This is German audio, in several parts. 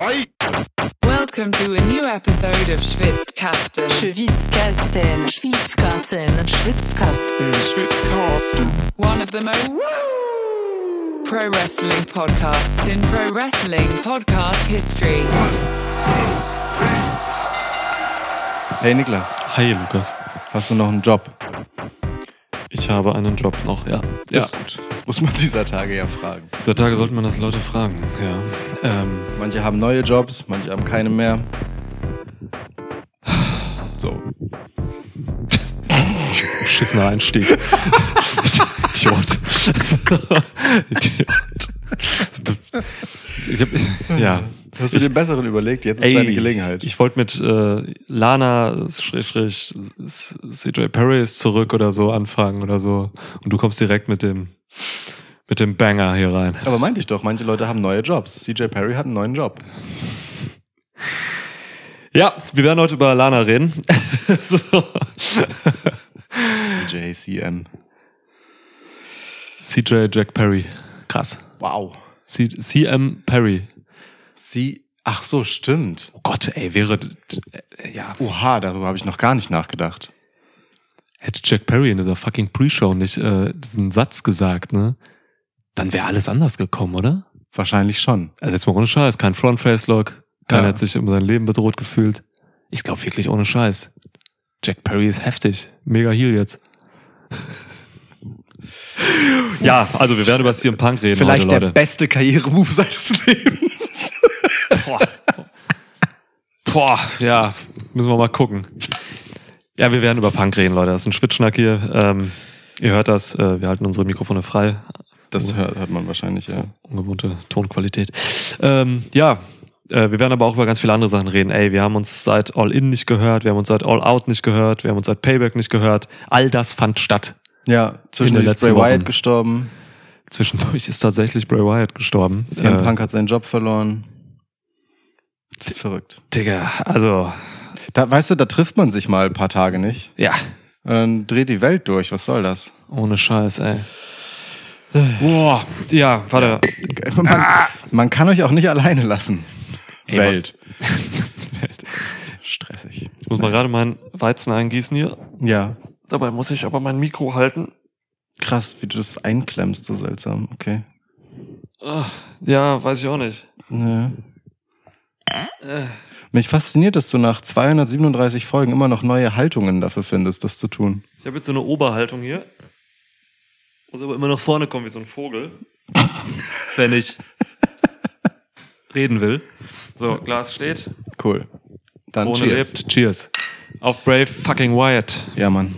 Welcome to a new episode of Schwitzkasten. Schwitzkasten. Schwitzkasten. Schwitzkasten. One of the most pro wrestling podcasts in pro wrestling podcast history. Hey Niklas. Hi Lukas. Hast du noch einen Job? Ich habe einen Job noch, ja. Das ist gut. Das muss man dieser Tage ja fragen. Dieser Tage sollte man das Leute fragen, ja. Manche haben neue Jobs, manche haben keine mehr. So. Beschissener Einstieg. Idiot. Idiot. Ja. Hast du dir den besseren überlegt? Jetzt ist deine Gelegenheit. Ich wollte mit Lana CJ Perry ist zurück oder so anfangen oder so. Und du kommst direkt mit dem Banger hier rein. Aber meinte ich doch, manche Leute haben neue Jobs. CJ Perry hat einen neuen Job. Ja, wir werden heute über Lana reden. So. CJCN. CJ Jack Perry. Krass. Wow. CM Perry. Ach so, stimmt. Oh Gott, ey, ja. Oha, darüber habe ich noch gar nicht nachgedacht. Hätte Jack Perry in dieser fucking Pre-Show nicht diesen Satz gesagt, ne? Dann wäre alles anders gekommen, oder? Wahrscheinlich schon. Also jetzt mal ohne Scheiß, kein Front-Face-Lock, keiner hat sich um sein Leben bedroht gefühlt. Ich glaube wirklich ohne Scheiß. Jack Perry ist heftig. Mega Heel jetzt. Ja, also wir werden über CM Punk reden vielleicht heute, Leute. Der beste Karrieremove seines Lebens. Boah, ja, müssen wir mal gucken. Ja, wir werden über Punk reden, Leute. Das ist ein Schwitzschnack hier. Ihr hört das, wir halten unsere Mikrofone frei. Das hört man wahrscheinlich, ja. Ungewohnte Tonqualität. Wir werden aber auch über ganz viele andere Sachen reden. Ey, wir haben uns seit All In nicht gehört, wir haben uns seit All Out nicht gehört, wir haben uns seit Payback nicht gehört. All das fand statt. Ja, zwischendurch ist Bray Wyatt gestorben. Zwischendurch ist tatsächlich Bray Wyatt gestorben. CM Punk hat seinen Job verloren. Verrückt. Digga, also... Weißt du, da trifft man sich mal ein paar Tage nicht. Ja. Dann dreht die Welt durch. Was soll das? Ohne Scheiß, ey. Boah, ja, warte. Man kann euch auch nicht alleine lassen. Ey, Welt. Stressig. Ich muss mal gerade meinen Weizen eingießen hier. Ja. Dabei muss ich aber mein Mikro halten. Krass, wie du das einklemmst, so seltsam. Okay. Ja, weiß ich auch nicht. Ja. Mich fasziniert, dass du nach 237 Folgen immer noch neue Haltungen dafür findest, das zu tun. Ich habe jetzt so eine Oberhaltung hier. Muss aber immer nach vorne kommen wie so ein Vogel. Wenn ich reden will. So, Glas steht. Cool. Dann Ohne cheers. lebt. Cheers. Auf Brave fucking Wyatt. Ja, Mann.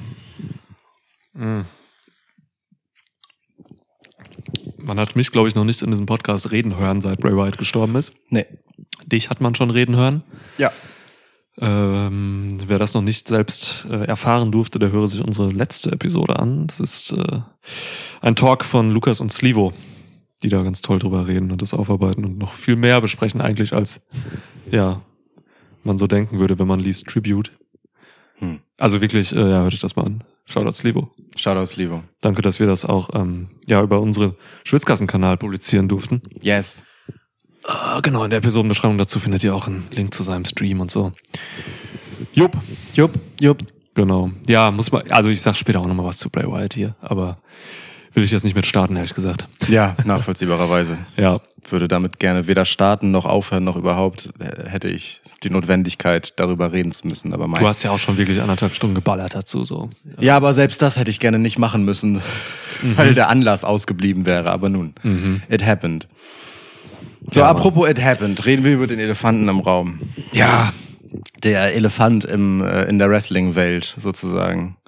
Man hat mich, glaube ich, noch nicht in diesem Podcast reden hören, seit Bray Wyatt gestorben ist. Nee. Dich hat man schon reden hören. Ja. Wer das noch nicht selbst erfahren durfte, der höre sich unsere letzte Episode an. Das ist ein Talk von Lukas und Slivo, die da ganz toll drüber reden und das aufarbeiten und noch viel mehr besprechen eigentlich, als man so denken würde, wenn man liest Tribute. Also wirklich, hört euch das mal an. Shoutout Slivo. Shoutout Slivo. Danke, dass wir das auch über unseren Schwitzkasten-Kanal publizieren durften. Yes. Genau, in der Episodenbeschreibung dazu findet ihr auch einen Link zu seinem Stream und so. Jupp. Genau. Ja, also ich sag später auch nochmal was zu Bray Wyatt hier, aber will ich jetzt nicht mit starten, ehrlich gesagt. Ja, nachvollziehbarerweise. Ja. Würde damit gerne weder starten noch aufhören, noch überhaupt hätte ich die Notwendigkeit, darüber reden zu müssen. Aber du hast ja auch schon wirklich 1,5 Stunden geballert dazu. So. Ja, aber selbst das hätte ich gerne nicht machen müssen, weil der Anlass ausgeblieben wäre. Aber nun, it happened. So, ja, apropos it happened, reden wir über den Elefanten im Raum. Ja. Der Elefant in der Wrestling-Welt sozusagen.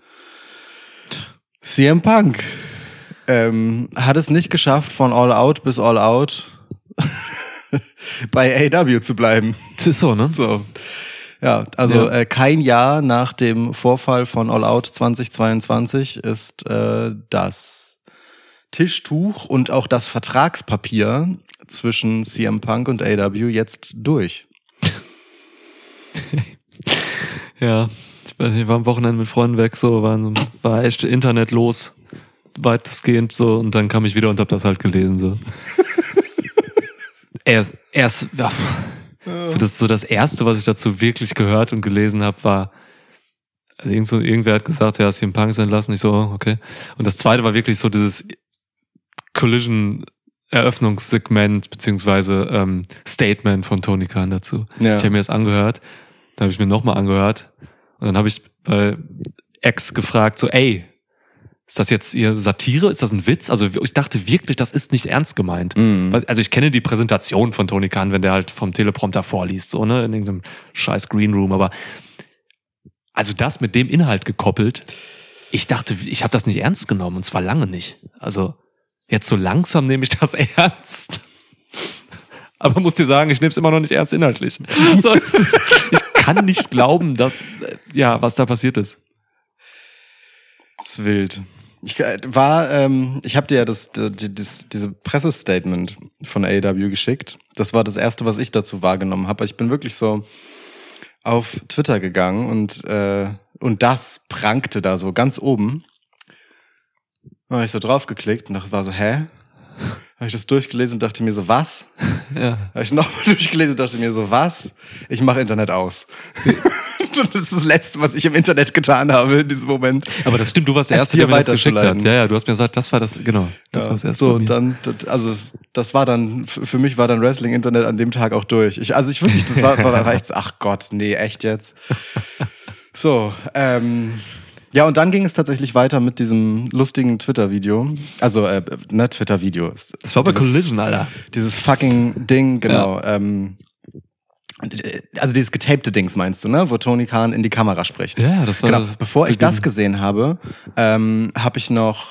CM Punk hat es nicht geschafft, von All Out bis All Out bei AEW zu bleiben. Das ist so, ne? So. Ja, also kein Jahr nach dem Vorfall von All Out 2022 ist das Tischtuch und auch das Vertragspapier zwischen CM Punk und AEW jetzt durch. Ja, ich war am Wochenende mit Freunden weg, so war echt Internet los, weitestgehend so, und dann kam ich wieder und hab das halt gelesen, so. So das Erste, was ich dazu wirklich gehört und gelesen habe, war, also irgendwer hat gesagt, ja, CM Punk ist entlassen. Ich so, okay. Und das Zweite war wirklich so dieses Collision-Eröffnungssegment beziehungsweise Statement von Tony Khan dazu. Ja. Ich habe mir das angehört, dann habe ich mir nochmal angehört und dann habe ich bei X gefragt, so, ey, ist das jetzt ihr Satire? Ist das ein Witz? Also ich dachte wirklich, das ist nicht ernst gemeint. Also ich kenne die Präsentation von Tony Khan, wenn der halt vom Teleprompter vorliest, so, ne, in irgendeinem scheiß Green Room, aber also das mit dem Inhalt gekoppelt, ich dachte, ich habe das nicht ernst genommen und zwar lange nicht. Also jetzt so langsam nehme ich das ernst. Aber muss dir sagen, ich nehme es immer noch nicht ernst inhaltlich. So, ich kann nicht glauben, dass, ja, was da passiert ist. Das ist wild. Ich habe dir ja diese Pressestatement von AEW geschickt. Das war das Erste, was ich dazu wahrgenommen habe. Ich bin wirklich so auf Twitter gegangen und das prangte da so ganz oben. Da habe ich so draufgeklickt und das war so, hä? Habe ich das durchgelesen und dachte mir so, was? Ja. Habe ich nochmal durchgelesen und dachte mir so, was? Ich mache Internet aus. Das ist das Letzte, was ich im Internet getan habe in diesem Moment. Aber das stimmt, du warst der Erste, der mir das geschickt hat. Ja, du hast mir gesagt, das war das, genau. Das war das Erste. So, und dann, das war dann, für mich war dann Wrestling-Internet an dem Tag auch durch. Ich wirklich, das war echt so, ach Gott, nee, echt jetzt? So, ja, und dann ging es tatsächlich weiter mit diesem lustigen Twitter-Video. Also, ne, Twitter-Video. Das war bei Collision, Alter. Dieses fucking Ding, genau. Ja. Also dieses getapte Dings meinst du, ne? Wo Tony Khan in die Kamera spricht. Ja, das war genau. Bevor ich das gesehen habe, habe ich noch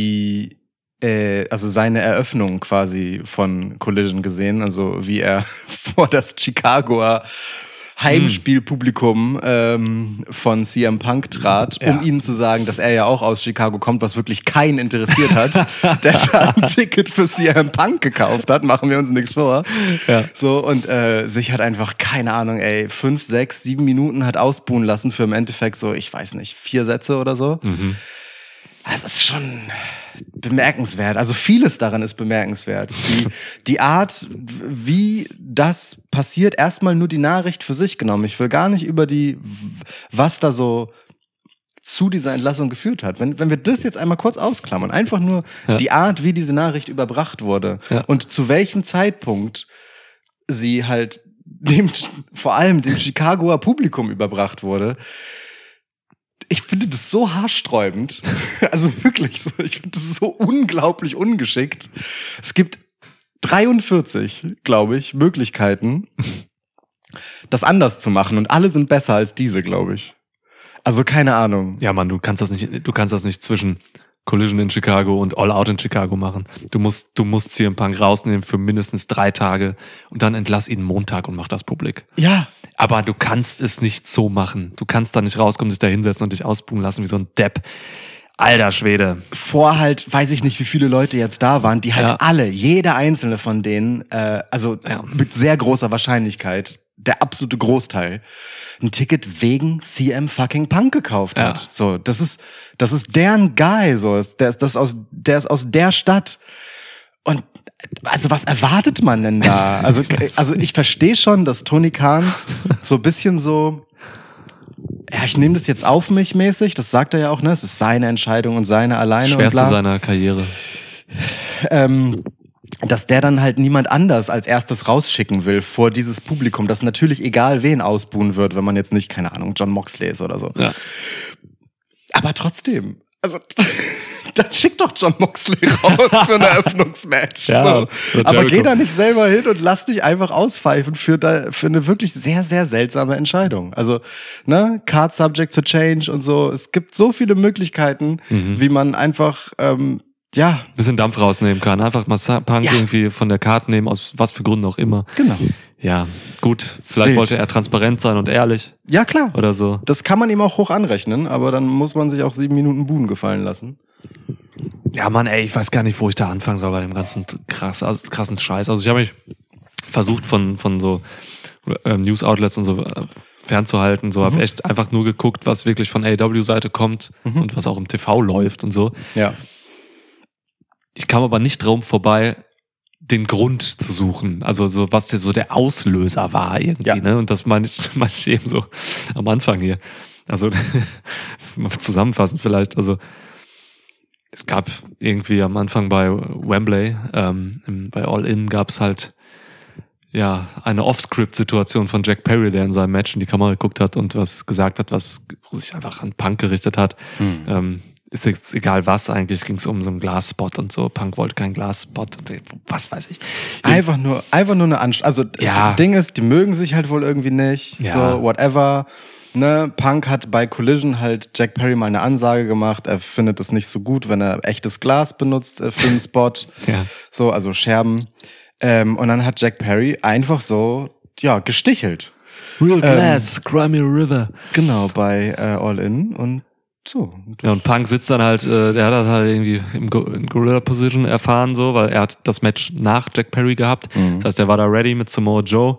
also seine Eröffnung quasi von Collision gesehen, also wie er vor das Chicagoer Heimspielpublikum von CM Punk trat, um ihnen zu sagen, dass er ja auch aus Chicago kommt, was wirklich keinen interessiert hat, der da ein Ticket für CM Punk gekauft hat, machen wir uns nichts vor. Ja. So, und sich hat einfach, keine Ahnung, 5, 6, 7 Minuten hat ausbuhen lassen für im Endeffekt so, ich weiß nicht, 4 Sätze oder so. Mhm. Das ist schon bemerkenswert. Also vieles daran ist bemerkenswert. Die Art, wie das passiert, erstmal nur die Nachricht für sich genommen. Ich will gar nicht über was da so zu dieser Entlassung geführt hat. Wenn wir das jetzt einmal kurz ausklammern, einfach nur die Art, wie diese Nachricht überbracht wurde und zu welchem Zeitpunkt sie halt vor allem dem Chicagoer Publikum überbracht wurde. Ich finde das so haarsträubend. Also wirklich, ich finde das so unglaublich ungeschickt. Es gibt 43, glaube ich, Möglichkeiten, das anders zu machen. Und alle sind besser als diese, glaube ich. Also keine Ahnung. Ja, Mann, du kannst das nicht zwischen Collision in Chicago und All Out in Chicago machen. Du musst CM Punk rausnehmen für mindestens 3 Tage und dann entlass ihn Montag und mach das publik. Ja. Aber du kannst es nicht so machen. Du kannst da nicht rauskommen, dich da hinsetzen und dich ausbuhen lassen wie so ein Depp. Alter Schwede. Vor halt, weiß ich nicht, wie viele Leute jetzt da waren, die halt alle, jeder einzelne von denen, mit sehr großer Wahrscheinlichkeit, der absolute Großteil, ein Ticket wegen CM fucking Punk gekauft hat. Ja. So, das ist deren Guy, so, der ist aus der Stadt. Und also was erwartet man denn da? Also ich verstehe schon, dass Tony Khan so ein bisschen so, ja, ich nehme das jetzt auf mich mäßig, das sagt er ja auch, ne? Es ist seine Entscheidung und seine alleine. Schwerste seiner Karriere. Dass der dann halt niemand anders als erstes rausschicken will vor dieses Publikum, das natürlich egal wen ausbuhen wird, wenn man jetzt nicht, keine Ahnung, John Moxley ist oder so. Ja. Aber trotzdem, also dann schick doch John Moxley raus für ein Eröffnungsmatch. Ja, so. Aber geh da nicht selber hin und lass dich einfach auspfeifen für eine wirklich sehr, sehr seltsame Entscheidung. Also, ne, Card subject to change und so. Es gibt so viele Möglichkeiten, wie man einfach, bisschen Dampf rausnehmen kann. Einfach mal Punk irgendwie von der Karte nehmen, aus was für Gründen auch immer. Genau. Ja, gut. Vielleicht wollte er transparent sein und ehrlich. Ja, klar. Oder so. Das kann man ihm auch hoch anrechnen, aber dann muss man sich auch 7 Minuten Buhen gefallen lassen. Ja, Mann, ich weiß gar nicht, wo ich da anfangen soll bei dem ganzen krassen Scheiß. Also ich habe mich versucht von so News-Outlets und so fernzuhalten. So, habe echt einfach nur geguckt, was wirklich von AEW-Seite kommt und was auch im TV läuft und so. Ja. Ich kam aber nicht drum vorbei, den Grund zu suchen. Also so was so der Auslöser war irgendwie, ne? Und das meine ich eben so am Anfang hier. Also mal zusammenfassend vielleicht, also es gab irgendwie am Anfang bei Wembley, bei All In gab es halt ja eine Off-Script-Situation von Jack Perry, der in seinem Match in die Kamera geguckt hat und was gesagt hat, was sich einfach an Punk gerichtet hat. Ist jetzt egal was, eigentlich ging es um so einen Glasspot und so. Punk wollte keinen Glasspot und was weiß ich. Einfach nur eine Anstrengung. Also das Ding ist, die mögen sich halt wohl irgendwie nicht, so whatever. Ne, Punk hat bei Collision halt Jack Perry mal eine Ansage gemacht, er findet es nicht so gut, wenn er echtes Glas benutzt für einen Spot, so, also Scherben. Und dann hat Jack Perry einfach so, gestichelt. Real Glass, Crimey River. Genau, bei All In und so. Ja, und Punk sitzt dann halt, der hat das halt irgendwie in Gorilla Position erfahren, so, weil er hat das Match nach Jack Perry gehabt. Das heißt, er war da ready mit Samoa Joe,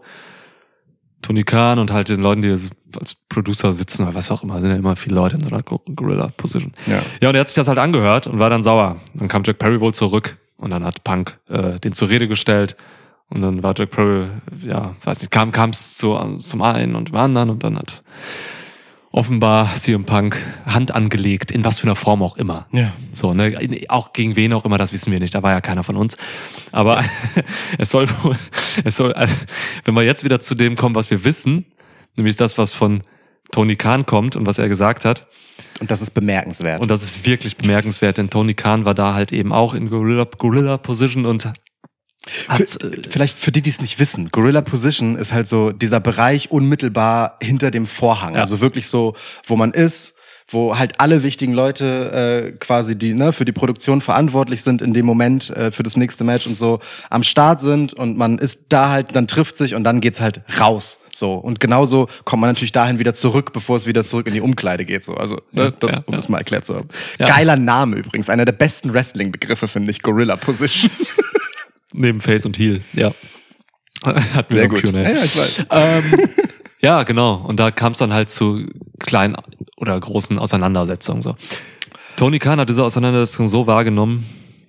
Tony Khan und halt den Leuten, die als Producer sitzen oder was auch immer, sind ja immer viele Leute in so einer Gorilla Position. Ja, und er hat sich das halt angehört und war dann sauer. Dann kam Jack Perry wohl zurück und dann hat Punk den zur Rede gestellt und dann war Jack Perry, weiß nicht, kam es zum einen und zum anderen und dann hat offenbar CM Punk Hand angelegt, in was für einer Form auch immer. Ja. So, ne, auch gegen wen auch immer, das wissen wir nicht, da war ja keiner von uns. Aber es soll, also, wenn wir jetzt wieder zu dem kommen, was wir wissen, nämlich das, was von Tony Khan kommt und was er gesagt hat. Und das ist bemerkenswert. Und das ist wirklich bemerkenswert, denn Tony Khan war da halt eben auch in Gorilla Position und vielleicht für die es nicht wissen, Gorilla Position ist halt so dieser Bereich unmittelbar hinter dem Vorhang. Also wirklich so, wo man ist, wo halt alle wichtigen Leute quasi, die für die Produktion verantwortlich sind in dem Moment für das nächste Match und so am Start sind und man ist da halt, dann trifft sich und dann geht's halt raus. So. Und genauso kommt man natürlich dahin wieder zurück, bevor es wieder zurück in die Umkleide geht. So. Also, um das mal erklärt zu haben. Ja. Geiler Name übrigens, einer der besten Wrestling-Begriffe, finde ich, Gorilla Position. Neben Face und Heel, ja. Hat sehr gut. Ja, ich weiß. Ja, genau. Und da kam es dann halt zu kleinen oder großen Auseinandersetzungen. So. Tony Khan hat diese Auseinandersetzung so wahrgenommen,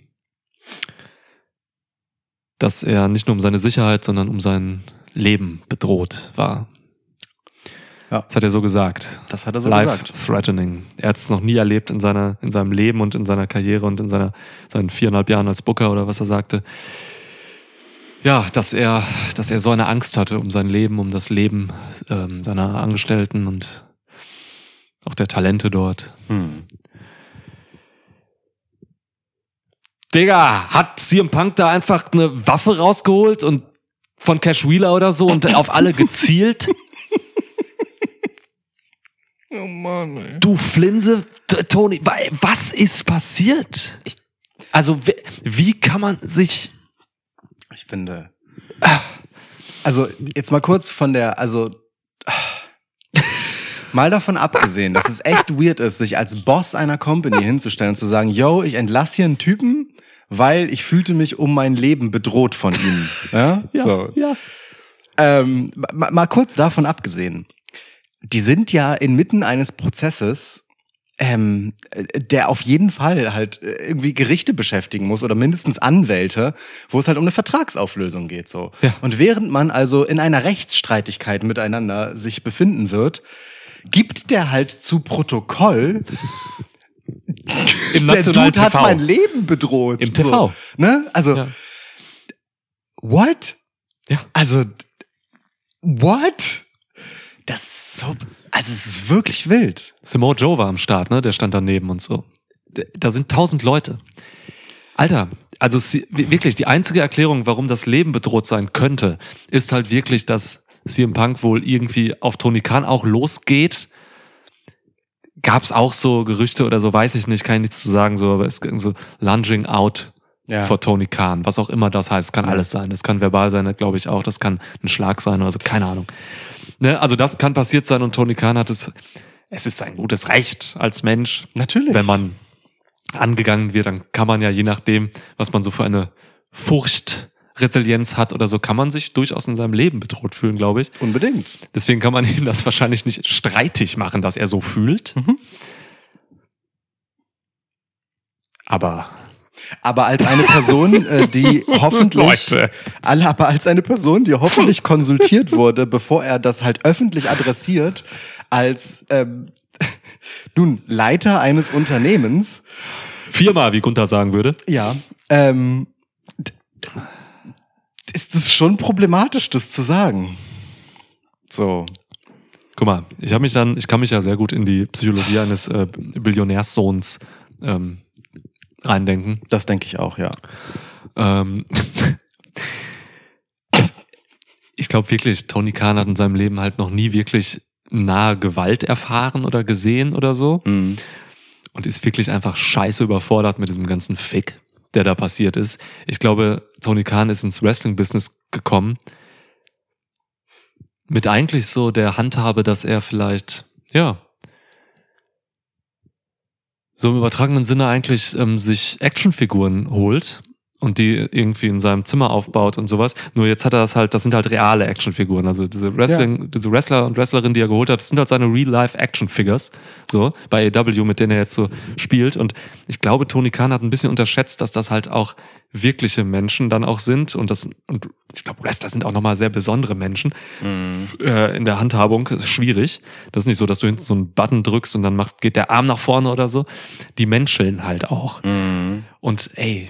dass er nicht nur um seine Sicherheit, sondern um sein Leben bedroht war. Ja. Das hat er so gesagt. Das hat er so Life gesagt. Threatening. Er hat es noch nie erlebt in seinem Leben und in seiner Karriere und in seinen 4,5 Jahren als Booker oder was er sagte. Ja, dass er so eine Angst hatte um sein Leben, um das Leben seiner Angestellten und auch der Talente dort. Digga, hat CM Punk da einfach eine Waffe rausgeholt und von Cash Wheeler oder so und auf alle gezielt? Oh Mann, ey. Du Flinse, Tony, was ist passiert? Also, wie kann man sich... Ich finde... Also, jetzt mal kurz von der... mal davon abgesehen, dass es echt weird ist, sich als Boss einer Company hinzustellen und zu sagen, yo, ich entlasse hier einen Typen, weil ich fühlte mich um mein Leben bedroht von ihm. Ja? Mal kurz davon abgesehen. Die sind ja inmitten eines Prozesses, der auf jeden Fall halt irgendwie Gerichte beschäftigen muss oder mindestens Anwälte, wo es halt um eine Vertragsauflösung geht. So. Ja. Und während man also in einer Rechtsstreitigkeit miteinander sich befinden wird, gibt der halt zu Protokoll, im der nationalen Dude TV. hat mein Leben bedroht. Im TV. So, ne? Also, what? Ja. Also, what? Das ist so, also es ist wirklich wild. Samoa Joe war am Start, ne? Der stand daneben und so. Da sind 1000 Leute. Alter, also wirklich die einzige Erklärung, warum das Leben bedroht sein könnte, ist halt wirklich, dass CM Punk wohl irgendwie auf Tony Khan auch losgeht. Gab's auch so Gerüchte oder so, weiß ich nicht, kann ich nichts zu sagen, so, aber es ist so lunging out vor Tony Khan, was auch immer das heißt, kann alles sein. Das kann verbal sein, glaube ich auch, das kann ein Schlag sein oder so, keine Ahnung. Ne, also das kann passiert sein und Tony Khan hat es ist sein gutes Recht als Mensch. Natürlich. Wenn man angegangen wird, dann kann man ja je nachdem, was man so für eine Furchtresilienz hat oder so, kann man sich durchaus in seinem Leben bedroht fühlen, glaube ich. Unbedingt. Deswegen kann man ihm das wahrscheinlich nicht streitig machen, dass er so fühlt. Aber Aber als eine Person, die hoffentlich, aber als eine Person, die hoffentlich konsultiert wurde, bevor er das halt öffentlich adressiert, als nun Leiter eines Unternehmens. Firma, wie Gunther sagen würde. Ja, ist es schon problematisch, das zu sagen. So. Guck mal, ich kann mich ja sehr gut in die Psychologie eines Billionärssohns reindenken. Das denke ich auch, ja. Ich glaube wirklich, Tony Khan hat in seinem Leben halt noch nie wirklich nahe Gewalt erfahren oder gesehen oder so. Mhm. Und ist wirklich einfach scheiße überfordert mit diesem ganzen Fick, der da passiert ist. Ich glaube, Tony Khan ist ins Wrestling-Business gekommen mit eigentlich so der Handhabe, dass er vielleicht, ja, so im übertragenen Sinne eigentlich sich Actionfiguren holt und die irgendwie in seinem Zimmer aufbaut und sowas. Nur jetzt hat er das sind halt reale Actionfiguren. Also diese Wrestler und Wrestlerinnen, die er geholt hat, das sind halt seine Real-Life-Action-Figures. So, bei AEW, mit denen er jetzt so spielt. Und ich glaube, Tony Khan hat ein bisschen unterschätzt, dass das halt auch wirkliche Menschen dann auch sind. Und ich glaube, Wrestler sind auch nochmal sehr besondere Menschen. In der Handhabung ist schwierig. Das ist nicht so, dass du hinten so einen Button drückst und dann geht der Arm nach vorne oder so. Die menscheln halt auch. Und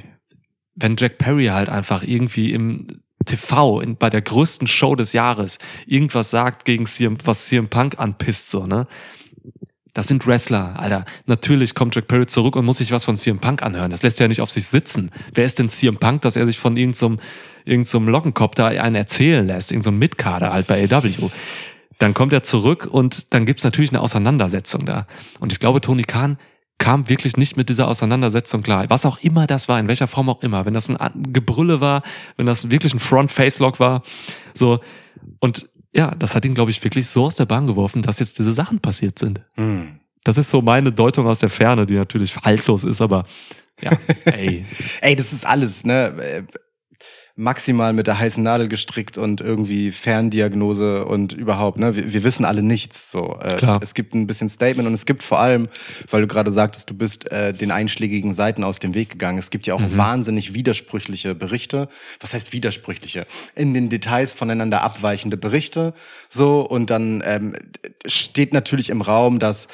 wenn Jack Perry halt einfach irgendwie im TV, bei der größten Show des Jahres, irgendwas sagt gegen was CM Punk anpisst, so, ne? Das sind Wrestler, Alter. Natürlich kommt Jack Perry zurück und muss sich was von CM Punk anhören. Das lässt er ja nicht auf sich sitzen. Wer ist denn CM Punk, dass er sich von irgendeinem Lockenkopf da einen erzählen lässt? Irgendein Mitkader halt bei AEW. Dann kommt er zurück und dann gibt's natürlich eine Auseinandersetzung da. Und ich glaube, Tony Khan kam wirklich nicht mit dieser Auseinandersetzung klar. Was auch immer das war, in welcher Form auch immer. Wenn das ein Gebrülle war, wenn das wirklich ein Front-Face-Lock war. So. Und ja, das hat ihn, glaube ich, wirklich so aus der Bahn geworfen, dass jetzt diese Sachen passiert sind. Das ist so meine Deutung aus der Ferne, die natürlich haltlos ist, aber ja, ey. Ey, das ist alles, ne? Maximal mit der heißen Nadel gestrickt und irgendwie Ferndiagnose und überhaupt, ne? Wir wissen alle nichts. So, Klar. Es gibt ein bisschen Statement und es gibt vor allem, weil du gerade sagtest, du bist den einschlägigen Seiten aus dem Weg gegangen. Es gibt ja auch wahnsinnig widersprüchliche Berichte. Was heißt widersprüchliche? In den Details voneinander abweichende Berichte. So, und dann steht natürlich im Raum, dass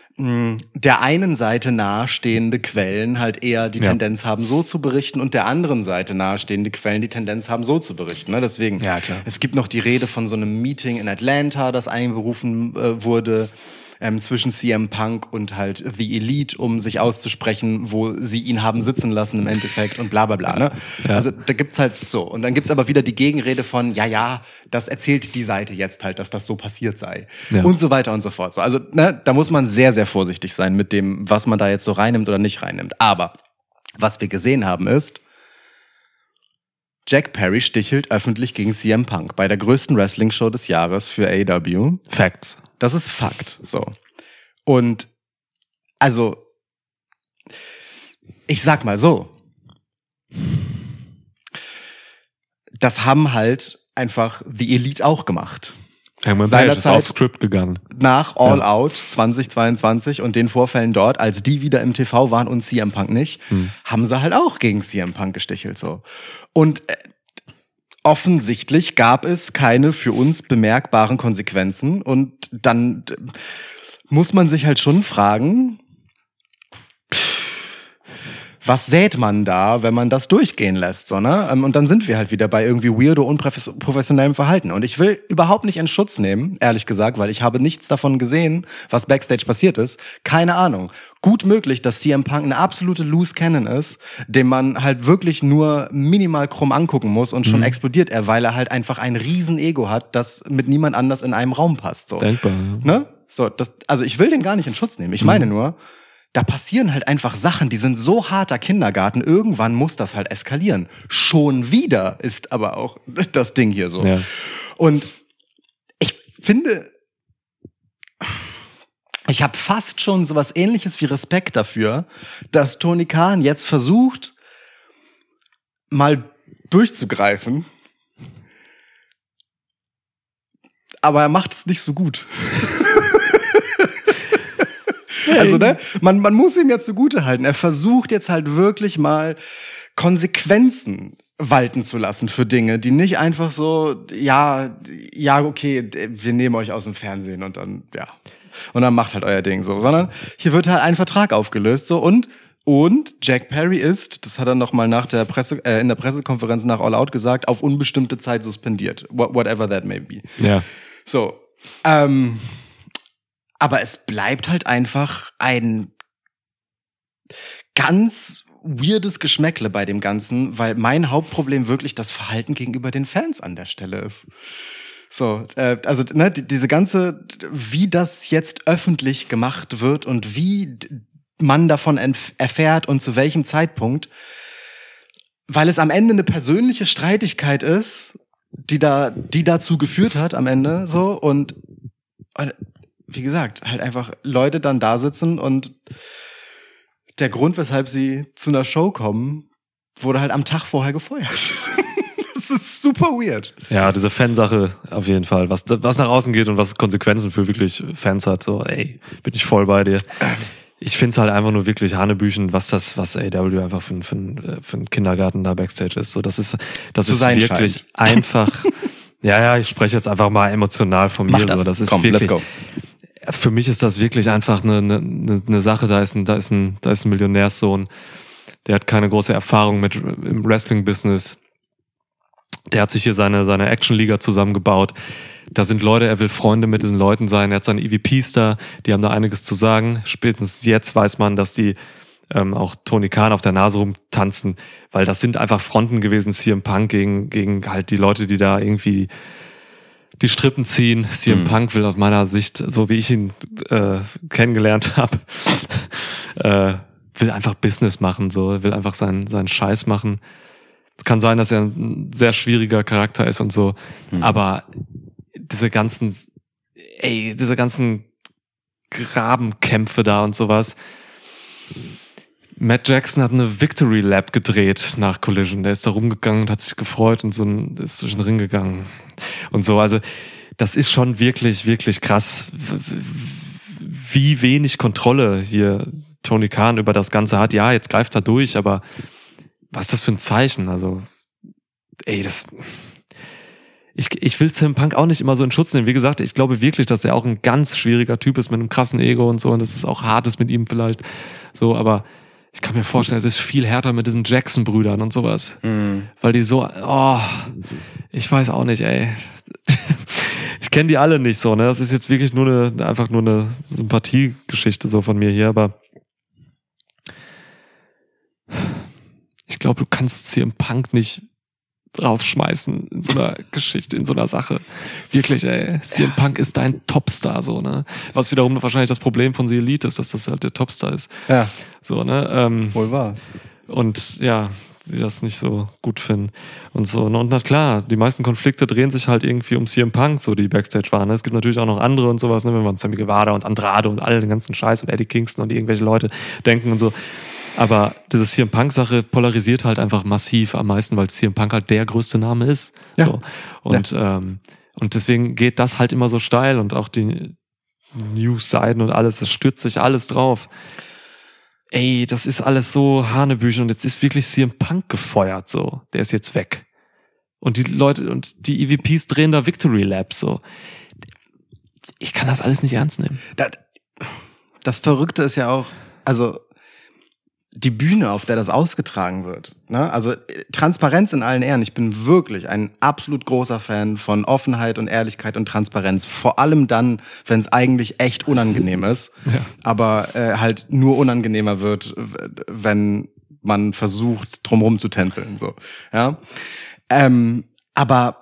der einen Seite nahestehende Quellen halt eher die Tendenz haben, so zu berichten und der anderen Seite nahestehende Quellen die Tendenz haben, so zu berichten. Ne? Deswegen, es gibt noch die Rede von so einem Meeting in Atlanta, das einberufen wurde zwischen CM Punk und halt The Elite, um sich auszusprechen, wo sie ihn haben sitzen lassen im Endeffekt und bla bla bla. Ne? Ja. Also da gibt's halt so. Und dann gibt's aber wieder die Gegenrede von, ja, das erzählt die Seite jetzt halt, dass das so passiert sei. Ja. Und so weiter und so fort. So, also ne, da muss man sehr, sehr vorsichtig sein mit dem, was man da jetzt so reinnimmt oder nicht reinnimmt. Aber was wir gesehen haben ist, Jack Perry stichelt öffentlich gegen CM Punk bei der größten Wrestling-Show des Jahres für AEW. Facts. Das ist Fakt, so. Und, also, ich sag mal so, das haben halt einfach The Elite auch gemacht. Hangman Page ist auf Script gegangen. Nach All Out 2022 und den Vorfällen dort, als die wieder im TV waren und CM Punk nicht, haben sie halt auch gegen CM Punk gestichelt, so. Und offensichtlich gab es keine für uns bemerkbaren Konsequenzen und dann muss man sich halt schon fragen, was sät man da, wenn man das durchgehen lässt, so, ne? Und dann sind wir halt wieder bei irgendwie weirdo, unprofessionellem Verhalten. Und ich will überhaupt nicht in Schutz nehmen, ehrlich gesagt, weil ich habe nichts davon gesehen, was Backstage passiert ist. Keine Ahnung. Gut möglich, dass CM Punk eine absolute Loose Cannon ist, dem man halt wirklich nur minimal krumm angucken muss und schon explodiert er, weil er halt einfach ein riesen Ego hat, das mit niemand anders in einem Raum passt, so. Denkbar, ja. Ne? So, also ich will den gar nicht in Schutz nehmen. Ich meine nur, da passieren halt einfach Sachen, die sind so harter Kindergarten, irgendwann muss das halt eskalieren. Schon wieder ist aber auch das Ding hier so. Ja. Und ich finde, ich habe fast schon sowas Ähnliches wie Respekt dafür, dass Tony Khan jetzt versucht, mal durchzugreifen. Aber er macht es nicht so gut. Also, ne, man muss ihm ja zugute halten. Er versucht jetzt halt wirklich mal Konsequenzen walten zu lassen für Dinge, die nicht einfach so, ja, okay, wir nehmen euch aus dem Fernsehen und dann macht halt euer Ding so, sondern hier wird halt ein Vertrag aufgelöst so und Jack Perry ist, das hat er noch mal in der Pressekonferenz nach All Out gesagt, auf unbestimmte Zeit suspendiert, whatever that may be. Ja. So, aber es bleibt halt einfach ein ganz weirdes Geschmäckle bei dem Ganzen, weil mein Hauptproblem wirklich das Verhalten gegenüber den Fans an der Stelle ist. So, also ne, diese ganze, wie das jetzt öffentlich gemacht wird und wie man davon erfährt und zu welchem Zeitpunkt, weil es am Ende eine persönliche Streitigkeit ist, die dazu geführt hat am Ende so und wie gesagt, halt einfach Leute dann da sitzen und der Grund, weshalb sie zu einer Show kommen, wurde halt am Tag vorher gefeuert. Das ist super weird. Ja, diese Fansache auf jeden Fall. Was nach außen geht und was Konsequenzen für wirklich Fans hat. So, ey, bin ich voll bei dir. Ich find's halt einfach nur wirklich hanebüchen, was AEW einfach für ein Kindergarten da Backstage ist. So, das ist wirklich einfach. Ja, ich spreche jetzt einfach mal emotional von mir. Das. So, das ist Komm, wirklich. Let's go. Für mich ist das wirklich einfach eine Sache. Da ist ein Millionärssohn, der hat keine große Erfahrung im Wrestling-Business. Der hat sich hier seine Action-Liga zusammengebaut. Da sind Leute, er will Freunde mit diesen Leuten sein. Er hat seine EVPs da, die haben da einiges zu sagen. Spätestens jetzt weiß man, dass die auch Tony Khan auf der Nase rumtanzen, weil das sind einfach Fronten gewesen, CM Punk gegen halt die Leute, die da irgendwie die Strippen ziehen. CM Punk will aus meiner Sicht, so wie ich ihn kennengelernt habe, will einfach Business machen, so will einfach seinen Scheiß machen. Es kann sein, dass er ein sehr schwieriger Charakter ist und so, aber diese ganzen Grabenkämpfe da und sowas. Matt Jackson hat eine Victory Lap gedreht nach Collision. Der ist da rumgegangen und hat sich gefreut und ist durch den Ring gegangen und so. Also das ist schon wirklich, wirklich krass, wie wenig Kontrolle hier Tony Khan über das Ganze hat. Ja, jetzt greift er durch, aber was ist das für ein Zeichen? Also, ey, ich will CM Punk auch nicht immer so in Schutz nehmen. Wie gesagt, ich glaube wirklich, dass er auch ein ganz schwieriger Typ ist mit einem krassen Ego und so und dass es auch hart ist mit ihm vielleicht. So, aber ich kann mir vorstellen, es ist viel härter mit diesen Jackson-Brüdern und sowas. Weil die so, ich weiß auch nicht, ey. Ich kenne die alle nicht so, ne? Das ist jetzt wirklich einfach nur eine Sympathiegeschichte so von mir hier, aber ich glaube, du kannst CM Punk nicht rausschmeißen in so einer Geschichte, in so einer Sache. Wirklich, ey. CM Punk ist dein Topstar, so, ne? Was wiederum wahrscheinlich das Problem von The Elite ist, dass das halt der Topstar ist. Ja. So, ne? Wohl wahr. Und ja, die das nicht so gut finden und so. Und na klar, die meisten Konflikte drehen sich halt irgendwie um CM Punk, so die Backstage waren. Es gibt natürlich auch noch andere und sowas, ne? Wenn man an Sammy Guevara und Andrade und all den ganzen Scheiß und Eddie Kingston und irgendwelche Leute denken und so. Aber diese CM Punk-Sache polarisiert halt einfach massiv am meisten, weil CM Punk halt der größte Name ist. Ja. So. Und deswegen geht das halt immer so steil und auch die News-Seiten und alles, das stürzt sich alles drauf. Ey, das ist alles so Hanebüchen und jetzt ist wirklich CM Punk gefeuert, so. Der ist jetzt weg. Und die Leute und die EVPs drehen da Victory Laps, so. Ich kann das alles nicht ernst nehmen. Das Verrückte ist ja auch, also die Bühne, auf der das ausgetragen wird. Ne? Also Transparenz in allen Ehren. Ich bin wirklich ein absolut großer Fan von Offenheit und Ehrlichkeit und Transparenz. Vor allem dann, wenn es eigentlich echt unangenehm ist. Ja. Aber halt nur unangenehmer wird, wenn man versucht, drumherum zu tänzeln. So. Ja? Aber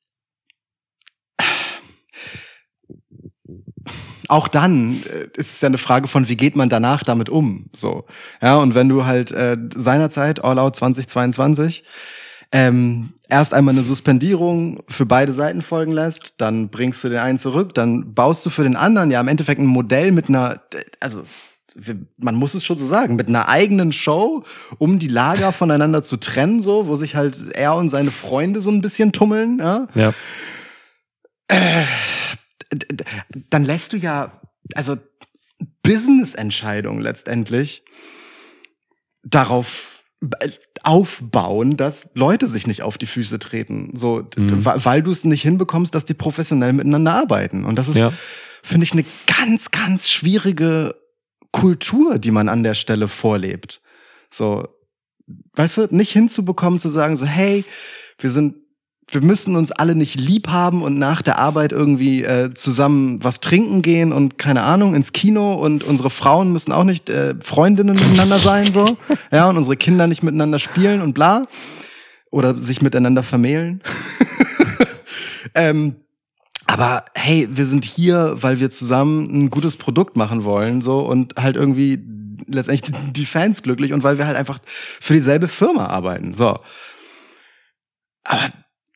auch dann ist es ja eine Frage von, wie geht man danach damit um, so. Ja, und wenn du halt seinerzeit, All Out 2022, erst einmal eine Suspendierung für beide Seiten folgen lässt, dann bringst du den einen zurück, dann baust du für den anderen ja im Endeffekt ein Modell mit einer, also man muss es schon so sagen, mit einer eigenen Show, um die Lager voneinander zu trennen, so, wo sich halt er und seine Freunde so ein bisschen tummeln, ja. Ja. Dann lässt du ja, also Business-Entscheidung letztendlich darauf aufbauen, dass Leute sich nicht auf die Füße treten, so, weil du es nicht hinbekommst, dass die professionell miteinander arbeiten. Und das ist, finde ich, eine ganz, ganz schwierige Kultur, die man an der Stelle vorlebt. So, weißt du, nicht hinzubekommen, zu sagen so, hey, wir müssen uns alle nicht lieb haben und nach der Arbeit irgendwie zusammen was trinken gehen und keine Ahnung, ins Kino, und unsere Frauen müssen auch nicht Freundinnen miteinander sein, so, ja, und unsere Kinder nicht miteinander spielen und bla, oder sich miteinander vermählen. Aber hey, wir sind hier, weil wir zusammen ein gutes Produkt machen wollen, so, und halt irgendwie letztendlich die Fans glücklich, und weil wir halt einfach für dieselbe Firma arbeiten, so. Aber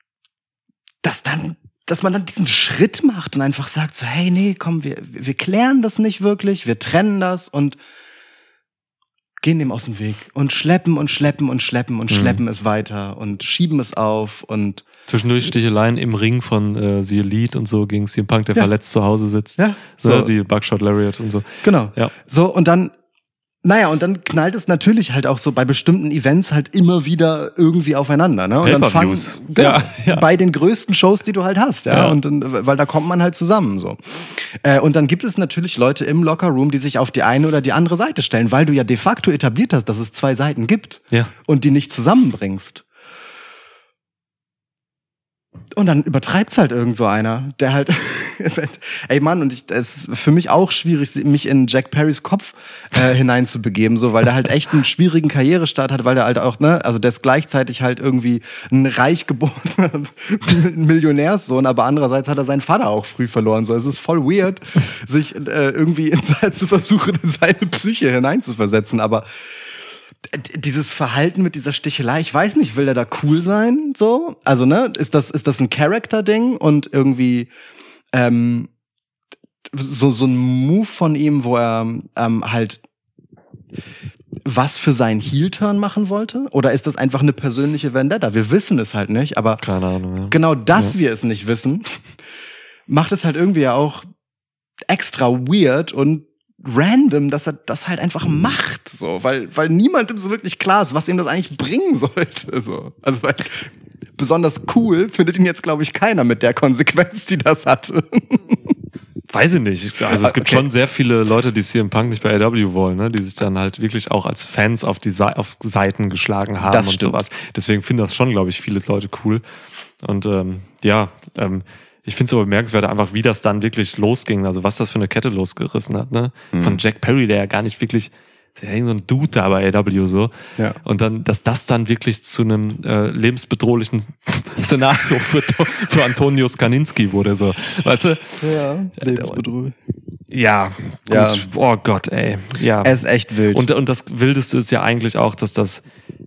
dass man dann diesen Schritt macht und einfach sagt so, hey, nee, komm, wir klären das nicht wirklich, wir trennen das und gehen dem aus dem Weg und schleppen es weiter und schieben es auf und zwischendurch Sticheleien im Ring von The Elite und so gegen CM Punk, der verletzt zu Hause sitzt. Ja, so die Buckshot Lariats und so. Genau. Ja. So, und dann knallt es natürlich halt auch so bei bestimmten Events halt immer wieder irgendwie aufeinander, ne? Und dann fangen bei den größten Shows, die du halt hast, und weil da kommt man halt zusammen, so. Und dann gibt es natürlich Leute im Lockerroom, die sich auf die eine oder die andere Seite stellen, weil du ja de facto etabliert hast, dass es zwei Seiten gibt und die nicht zusammenbringst. Und dann übertreibt's halt irgend so einer, der halt, ey Mann, und es ist für mich auch schwierig, mich in Jack Perrys Kopf hineinzubegeben, so, weil der halt echt einen schwierigen Karrierestart hat, weil der halt auch, ne, also der ist gleichzeitig halt irgendwie ein reich geborener Millionärssohn, aber andererseits hat er seinen Vater auch früh verloren, so. Es ist voll weird, sich irgendwie zu versuchen, in seine Psyche hineinzuversetzen, aber dieses Verhalten mit dieser Stichelei, ich weiß nicht, will er da cool sein, so? Also, ne, ist das ein Charakter-Ding und irgendwie so ein Move von ihm, wo er halt was für seinen Heel-Turn machen wollte? Oder ist das einfach eine persönliche Vendetta? Wir wissen es halt nicht, aber keine Ahnung, genau, dass wir es nicht wissen, macht es halt irgendwie ja auch extra weird und random, dass er das halt einfach macht, so, weil niemandem so wirklich klar ist, was ihm das eigentlich bringen sollte, so. Also, weil besonders cool findet ihn jetzt, glaube ich, keiner mit der Konsequenz, die das hatte. Weiß ich nicht. Also es gibt schon sehr viele Leute, die CM Punk nicht bei AEW wollen, ne? Die sich dann halt wirklich auch als Fans auf Seiten geschlagen haben und sowas. Deswegen finden das schon, glaube ich, viele Leute cool. Und ich finde es aber bemerkenswert einfach, wie das dann wirklich losging, also was das für eine Kette losgerissen hat, ne? Von Jack Perry, der ja gar nicht wirklich, der hängt so ein Dude da bei AEW so. Ja. Und dann, dass das dann wirklich zu einem lebensbedrohlichen Szenario für Antonius Kaninski wurde, so. Weißt du? Ja, lebensbedrohlich. Ja, gut. Ja. Oh Gott, ey. Ja. Es ist echt wild. Und das Wildeste ist ja eigentlich auch, dass das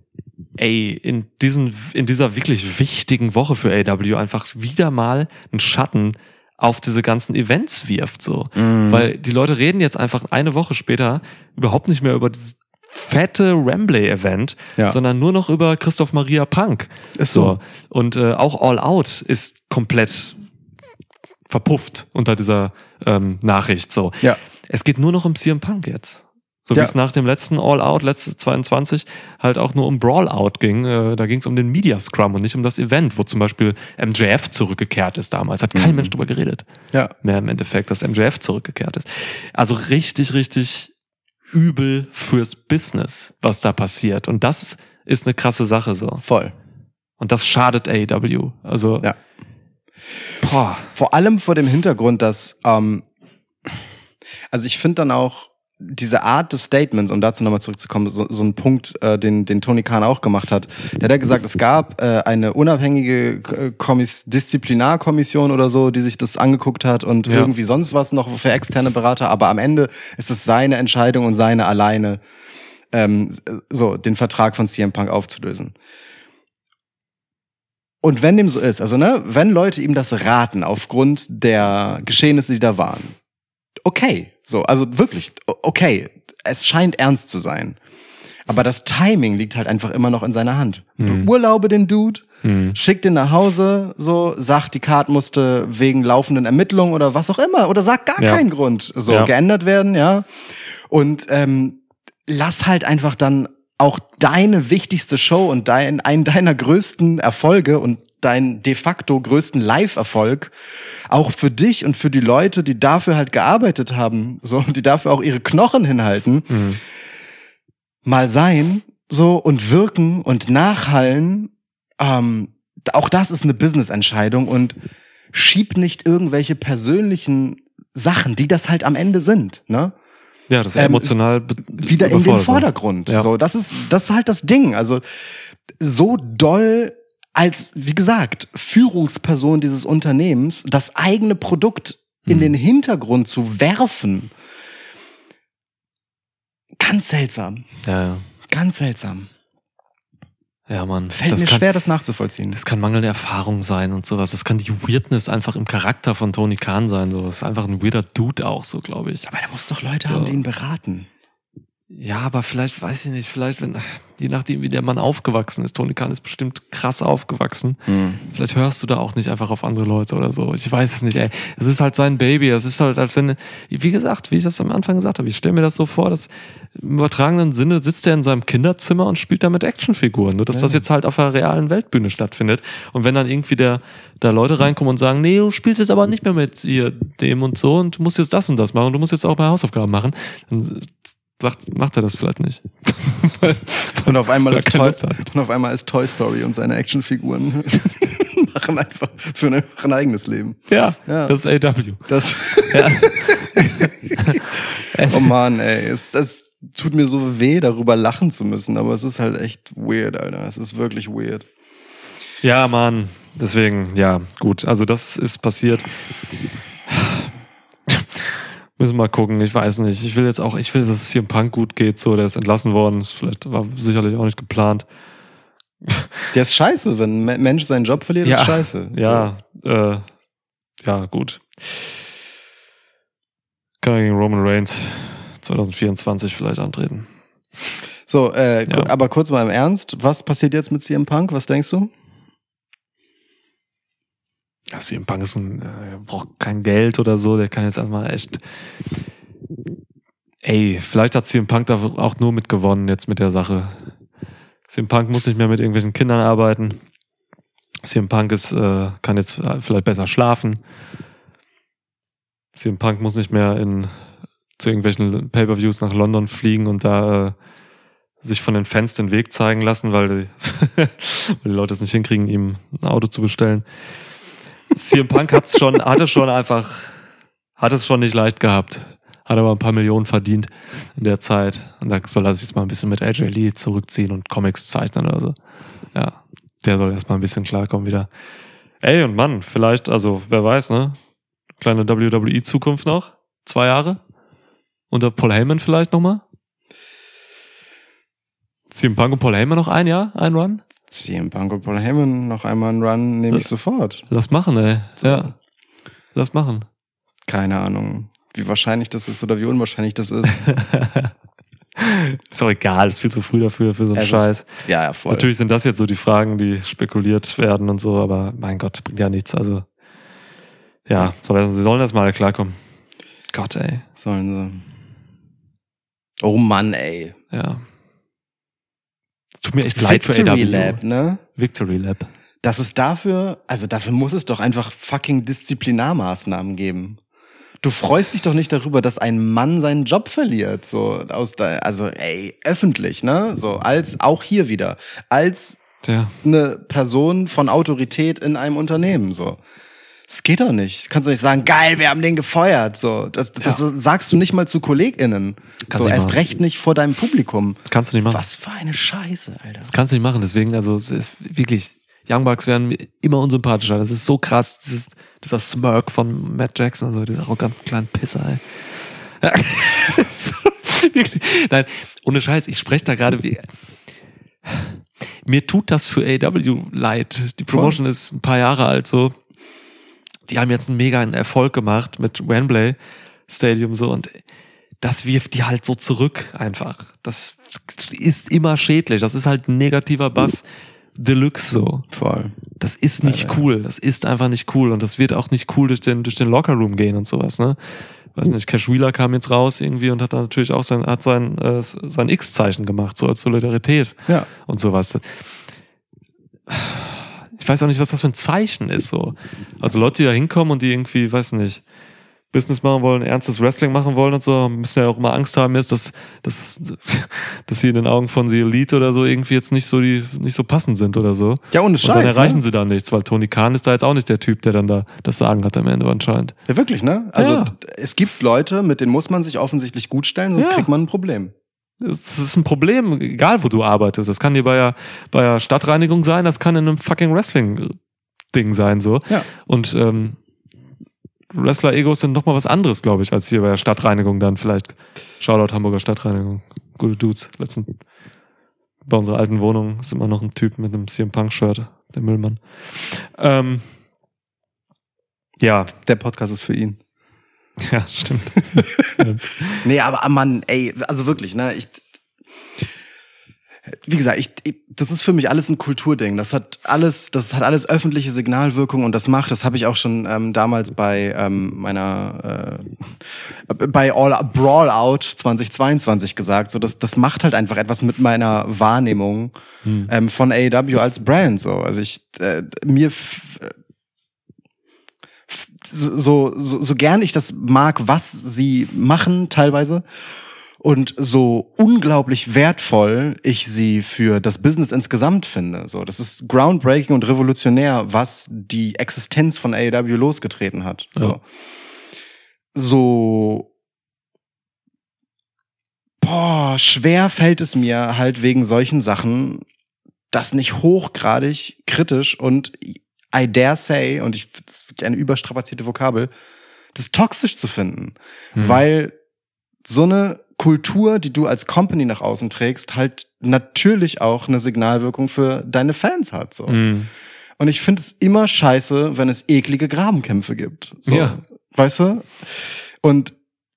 in dieser wirklich wichtigen Woche für AEW einfach wieder mal einen Schatten auf diese ganzen Events wirft, so. Weil die Leute reden jetzt einfach eine Woche später überhaupt nicht mehr über dieses fette Wembley-Event, sondern nur noch über Christoph Maria Punk. Ist so. Und auch All Out ist komplett verpufft unter dieser Nachricht, so. Ja. Es geht nur noch um CM Punk jetzt. So wie es nach dem letzten All-Out, letzte 22, halt auch nur um Brawl-Out ging. Da ging es um den Media-Scrum und nicht um das Event, wo zum Beispiel MJF zurückgekehrt ist damals. Hat kein Mensch drüber geredet. Ja. Mehr im Endeffekt, dass MJF zurückgekehrt ist. Also richtig, richtig übel fürs Business, was da passiert. Und das ist eine krasse Sache so. Voll. Und das schadet AEW. Also, boah. Vor allem vor dem Hintergrund, dass, also ich finde dann auch, diese Art des Statements, um dazu nochmal zurückzukommen, so ein Punkt, den Tony Khan auch gemacht hat. Der hat ja gesagt, es gab eine unabhängige Disziplinarkommission oder so, die sich das angeguckt hat und irgendwie sonst was noch für externe Berater, aber am Ende ist es seine Entscheidung und seine alleine, den Vertrag von CM Punk aufzulösen. Und wenn dem so ist, also wenn Leute ihm das raten aufgrund der Geschehnisse, die da waren, okay, so, also wirklich, okay, es scheint ernst zu sein. Aber das Timing liegt halt einfach immer noch in seiner Hand. Beurlaube den Dude, schick den nach Hause, so, sag, die Card musste wegen laufenden Ermittlungen oder was auch immer, oder sag gar keinen Grund, so, geändert werden, ja. Und lass halt einfach dann auch deine wichtigste Show und einen deiner größten Erfolge und deinen de facto größten Live-Erfolg auch für dich und für die Leute, die dafür halt gearbeitet haben, so, die dafür auch ihre Knochen hinhalten, mal sein, so, und wirken und nachhallen. Auch das ist eine Business-Entscheidung und schieb nicht irgendwelche persönlichen Sachen, die das halt am Ende sind, ne? Ja, das ist emotional wieder in den Vordergrund. Ja. So, das ist halt das Ding. Also so doll als, wie gesagt, Führungsperson dieses Unternehmens das eigene Produkt in den Hintergrund zu werfen. Ganz seltsam. Ja. Ganz seltsam. Ja, Mann. Fällt mir schwer, das nachzuvollziehen. Das kann mangelnde Erfahrung sein und sowas. Das kann die Weirdness einfach im Charakter von Tony Khan sein. So. Das ist einfach ein weirder Dude auch, so, glaube ich. Aber er muss doch Leute haben, die ihn beraten. Ja, aber vielleicht, weiß ich nicht, je nachdem, wie der Mann aufgewachsen ist. Tony Khan ist bestimmt krass aufgewachsen. Vielleicht hörst du da auch nicht einfach auf andere Leute oder so. Ich weiß es nicht, ey. Es ist halt sein Baby. Es ist halt, als wenn, wie gesagt, wie ich das am Anfang gesagt habe, ich stelle mir das so vor, dass im übertragenen Sinne sitzt er in seinem Kinderzimmer und spielt da mit Actionfiguren. Nur, dass das jetzt halt auf einer realen Weltbühne stattfindet. Und wenn dann irgendwie da Leute reinkommen und sagen, nee, du spielst jetzt aber nicht mehr mit hier, dem und so und du musst jetzt das und das machen und du musst jetzt auch mal Hausaufgaben machen, dann macht er das vielleicht nicht. Und auf einmal ist Toy Story und seine Actionfiguren machen einfach für ein eigenes Leben. Ja, das ist AW. Oh Mann, ey, es tut mir so weh, darüber lachen zu müssen, aber es ist halt echt weird, Alter. Es ist wirklich weird. Ja, Mann. Deswegen, ja, gut. Also das ist passiert. Müssen wir mal gucken, ich weiß nicht. Ich will, dass es CM Punk gut geht, so, der ist entlassen worden. Vielleicht war sicherlich auch nicht geplant. Der ist scheiße, wenn ein Mensch seinen Job verliert, ist scheiße. So. Ja, gut. Kann er gegen Roman Reigns 2024 vielleicht antreten. So, aber kurz mal im Ernst, was passiert jetzt mit CM Punk? Was denkst du? Ja, CM Punk braucht kein Geld oder so, der kann jetzt erstmal echt. Vielleicht hat CM Punk da auch nur mit gewonnen jetzt mit der Sache. CM Punk muss nicht mehr mit irgendwelchen Kindern arbeiten. CM Punk kann jetzt vielleicht besser schlafen. CM Punk muss nicht mehr zu irgendwelchen Pay-Per-Views nach London fliegen und da sich von den Fans den Weg zeigen lassen, weil die Leute es nicht hinkriegen, ihm ein Auto zu bestellen. CM Punk hat es schon nicht leicht gehabt. Hat aber ein paar Millionen verdient in der Zeit. Und da soll er sich jetzt mal ein bisschen mit AJ Lee zurückziehen und Comics zeichnen oder so. Ja, der soll erstmal ein bisschen klarkommen wieder. Und Mann, vielleicht, also wer weiß, ne? Kleine WWE-Zukunft noch. 2 Jahre. Unter Paul Heyman vielleicht nochmal. CM Punk und Paul Heyman noch ein Jahr, ein Run? CM Punk und Paul Heyman noch einmal einen Run nehme ich sofort. Lass machen, ey. So. Ja. Lass machen. Keine Ahnung, wie wahrscheinlich das ist oder wie unwahrscheinlich das ist. Ist auch egal, ist viel zu früh dafür, für so einen Scheiß. Ja, voll. Natürlich sind das jetzt so die Fragen, die spekuliert werden und so, aber mein Gott, bringt ja nichts. Also, ja, sie sollen erst mal klarkommen. Gott, ey. Sollen sie. Oh Mann, ey. Ja. Tut mir echt leid für AW. Victory Lab, ne? Victory Lab. Das ist dafür muss es doch einfach fucking Disziplinarmaßnahmen geben. Du freust dich doch nicht darüber, dass ein Mann seinen Job verliert, so öffentlich, ne? So auch hier wieder, als eine Person von Autorität in einem Unternehmen, so. Das geht doch nicht. Kannst du nicht sagen, geil, wir haben den gefeuert, so. Das sagst du nicht mal zu KollegInnen. So, erst recht nicht vor deinem Publikum. Das kannst du nicht machen. Was für eine Scheiße, Alter. Das kannst du nicht machen, deswegen, also, es ist wirklich, Young Bucks werden mir immer unsympathischer. Das ist so krass, dieser Smirk von Matt Jackson, also dieser arroganten kleinen Pisser, ey. Wirklich. Nein, ohne Scheiß, ich spreche da gerade wie. Mir tut das für AEW leid. Die Promotion ist ein paar Jahre alt, so. Die haben jetzt einen mega Erfolg gemacht mit Wembley Stadium, so, und das wirft die halt so zurück einfach. Das ist immer schädlich. Das ist halt ein negativer Bass Deluxe so. Voll. Das ist nicht cool. Das ist einfach nicht cool. Und das wird auch nicht cool durch den Lockerroom gehen und sowas, ne? Weiß nicht, Cash Wheeler kam jetzt raus irgendwie und hat dann natürlich auch sein X-Zeichen gemacht, so als Solidarität und sowas. Ich weiß auch nicht, was das für ein Zeichen ist, so. Also Leute, die da hinkommen und die irgendwie, weiß nicht, Business machen wollen, ernstes Wrestling machen wollen und so, müssen ja auch immer Angst haben jetzt, dass sie in den Augen von The Elite oder so irgendwie jetzt nicht so passend sind oder so. Ja, ohne Scheiß. Und dann erreichen sie da nichts, weil Tony Khan ist da jetzt auch nicht der Typ, der dann da das Sagen hat am Ende anscheinend. Ja, wirklich, ne? Also es gibt Leute, mit denen muss man sich offensichtlich gut stellen, sonst kriegt man ein Problem. Das ist ein Problem, egal wo du arbeitest. Das kann dir bei der Stadtreinigung sein, das kann in einem fucking Wrestling-Ding sein, so. Ja. Und Wrestler-Egos sind noch mal was anderes, glaube ich, als hier bei der Stadtreinigung dann vielleicht. Shoutout Hamburger Stadtreinigung. Gute Dudes. Bei unserer alten Wohnung ist immer noch ein Typ mit einem CM Punk-Shirt, der Müllmann. Ja. Der Podcast ist für ihn. Ja, stimmt. Nee, aber Mann, ey, also wirklich, ne, wie gesagt, das ist für mich alles ein Kulturding. Das hat alles öffentliche Signalwirkung und das habe ich auch schon damals bei bei Brawl Out 2022 gesagt. So, das macht halt einfach etwas mit meiner Wahrnehmung von AEW als Brand. So, also so gern ich das mag, was sie machen teilweise. Und so unglaublich wertvoll ich sie für das Business insgesamt finde. So, das ist groundbreaking und revolutionär, was die Existenz von AEW losgetreten hat. Schwer fällt es mir halt wegen solchen Sachen, das nicht hochgradig kritisch und I dare say, und das ist wirklich eine überstrapazierte Vokabel, das toxisch zu finden. Weil so eine Kultur, die du als Company nach außen trägst, halt natürlich auch eine Signalwirkung für deine Fans hat. So. Und ich finde es immer scheiße, wenn es eklige Grabenkämpfe gibt. So, ja. Weißt du? Und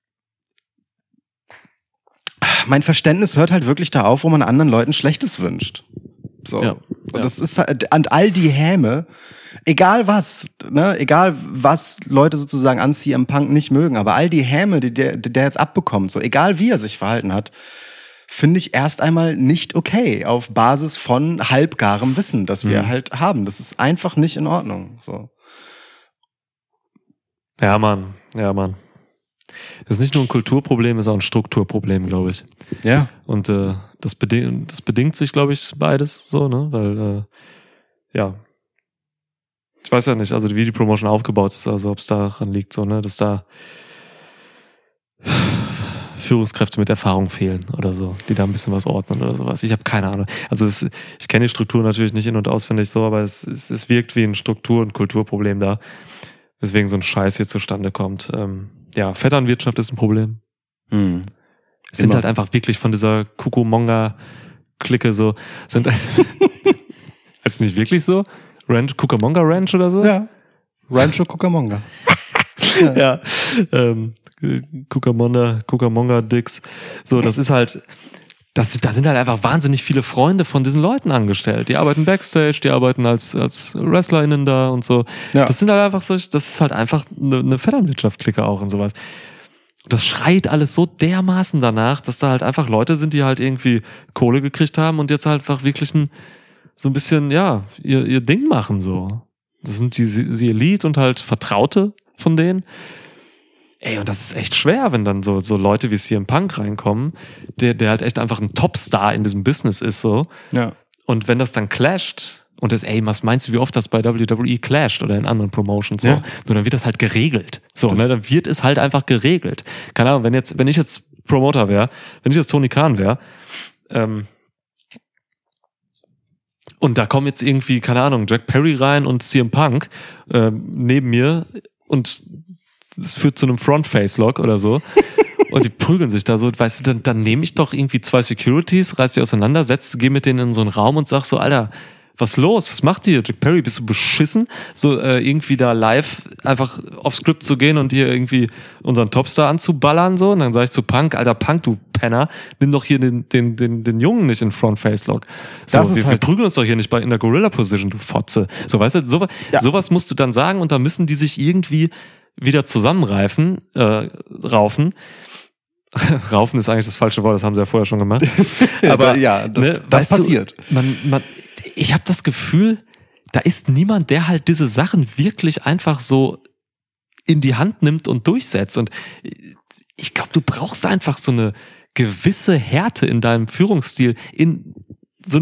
mein Verständnis hört halt wirklich da auf, wo man anderen Leuten Schlechtes wünscht. So. Ja. Und das ist halt, an all die Häme, egal was Leute sozusagen an CM Punk nicht mögen, aber all die Häme, die der jetzt abbekommt, so egal wie er sich verhalten hat, finde ich erst einmal nicht okay, auf Basis von halbgarem Wissen, das wir halt haben. Das ist einfach nicht in Ordnung, so. Ja, Mann. Das ist nicht nur ein Kulturproblem, ist auch ein Strukturproblem, glaube ich. Ja. Und das bedingt sich, glaube ich, beides so, ne? Weil, ich weiß ja nicht, also wie die Promotion aufgebaut ist, also ob es daran liegt, so, ne, dass da Führungskräfte mit Erfahrung fehlen oder so, die da ein bisschen was ordnen oder sowas. Ich habe keine Ahnung. Also ich kenne die Struktur natürlich nicht in- und auswendig so, aber es wirkt wie ein Struktur- und Kulturproblem da, weswegen so ein Scheiß hier zustande kommt. Vetternwirtschaft ist ein Problem. Sind halt einfach wirklich von dieser Cucamonga-Clique so, ist nicht wirklich so? Cucamonga Ranch oder so? Ja. Rancho Cucamonga. Ja. Cucamonga Dicks. So, das ist halt, da sind halt einfach wahnsinnig viele Freunde von diesen Leuten angestellt. Die arbeiten Backstage, die arbeiten als WrestlerInnen da und so. Ja. Das sind halt einfach so, das ist halt einfach eine Vetternwirtschaft-Clique auch und sowas. Das schreit alles so dermaßen danach, dass da halt einfach Leute sind, die halt irgendwie Kohle gekriegt haben und jetzt halt einfach wirklich so ein bisschen, ihr Ding machen, so. Das sind die Elite und halt Vertraute von denen. Ey, und das ist echt schwer, wenn dann so Leute wie CM Punk reinkommen, der halt echt einfach ein Topstar in diesem Business ist, so. Ja. Und wenn das dann clasht, und was meinst du, wie oft das bei WWE clasht oder in anderen Promotions, so? Ja. So, dann wird das halt geregelt. So, ne, dann wird es halt einfach geregelt. Keine Ahnung, wenn ich jetzt Promoter wäre, wenn ich jetzt Tony Khan wäre, und da kommen jetzt irgendwie, keine Ahnung, Jack Perry rein und CM Punk neben mir und es führt zu einem Front-Face-Lock oder so und die prügeln sich da so, weißt du, dann nehme ich doch irgendwie 2 Securities, reiß die auseinander, geh mit denen in so einen Raum und sag so, Alter, Was los? Was macht ihr? Jack Perry, bist du beschissen? So irgendwie da live einfach aufs Skript zu gehen und hier irgendwie unseren Topstar anzuballern so. Und dann sage ich zu Punk, Alter Punk, du Penner, nimm doch hier den Jungen nicht in Front Facelock. So, wir prügeln uns doch hier nicht in der Gorilla Position, du Fotze. So, weißt du, sowas musst du dann sagen und da müssen die sich irgendwie wieder zusammenreifen, raufen. Raufen ist eigentlich das falsche Wort, das haben sie ja vorher schon gemacht. Aber ja, das passiert. Ich habe das Gefühl, da ist niemand, der halt diese Sachen wirklich einfach so in die Hand nimmt und durchsetzt. Und ich glaube, du brauchst einfach so eine gewisse Härte in deinem Führungsstil in so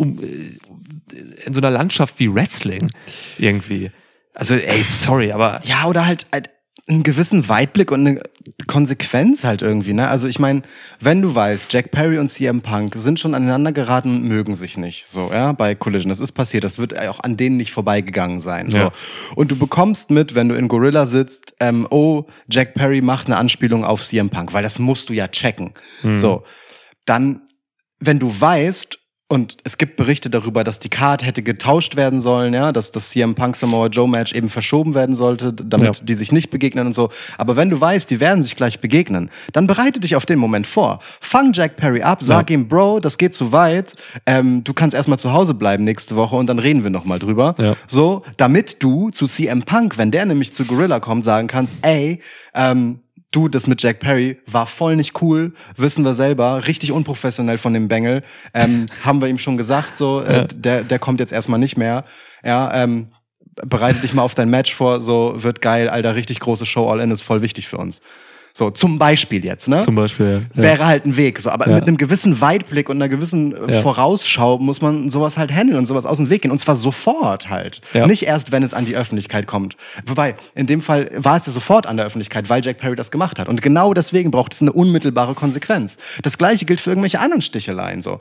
einer Landschaft wie Wrestling irgendwie. Also, sorry, aber... Ja, oder halt einen gewissen Weitblick und eine Konsequenz halt irgendwie, ne? Also ich meine, wenn du weißt, Jack Perry und CM Punk sind schon aneinander geraten und mögen sich nicht, so, ja, bei Collision. Das ist passiert, das wird auch an denen nicht vorbeigegangen sein, so. Ja. Und du bekommst mit, wenn du in Gorilla sitzt, Jack Perry macht eine Anspielung auf CM Punk, weil das musst du ja checken. So. Dann, wenn du weißt, und es gibt Berichte darüber, dass die Card hätte getauscht werden sollen, ja, dass das CM Punk Samoa Joe Match eben verschoben werden sollte, damit die sich nicht begegnen und so. Aber wenn du weißt, die werden sich gleich begegnen, dann bereite dich auf den Moment vor. Fang Jack Perry ab, sag ihm, Bro, das geht zu weit, du kannst erstmal zu Hause bleiben nächste Woche und dann reden wir nochmal drüber. Ja. So, damit du zu CM Punk, wenn der nämlich zu Gorilla kommt, sagen kannst, du, das mit Jack Perry war voll nicht cool, wissen wir selber, richtig unprofessionell von dem Bengel, haben wir ihm schon gesagt, so, der kommt jetzt erstmal nicht mehr, ja, bereite dich mal auf dein Match vor, so, wird geil, Alter, richtig große Show, All-In ist voll wichtig für uns. So, zum Beispiel jetzt, ne? Zum Beispiel, ja. Wäre halt ein Weg, so. Aber mit einem gewissen Weitblick und einer gewissen Vorausschau muss man sowas halt handeln und sowas aus dem Weg gehen. Und zwar sofort halt. Ja. Nicht erst, wenn es an die Öffentlichkeit kommt. Wobei, in dem Fall war es ja sofort an der Öffentlichkeit, weil Jack Perry das gemacht hat. Und genau deswegen braucht es eine unmittelbare Konsequenz. Das Gleiche gilt für irgendwelche anderen Sticheleien, so.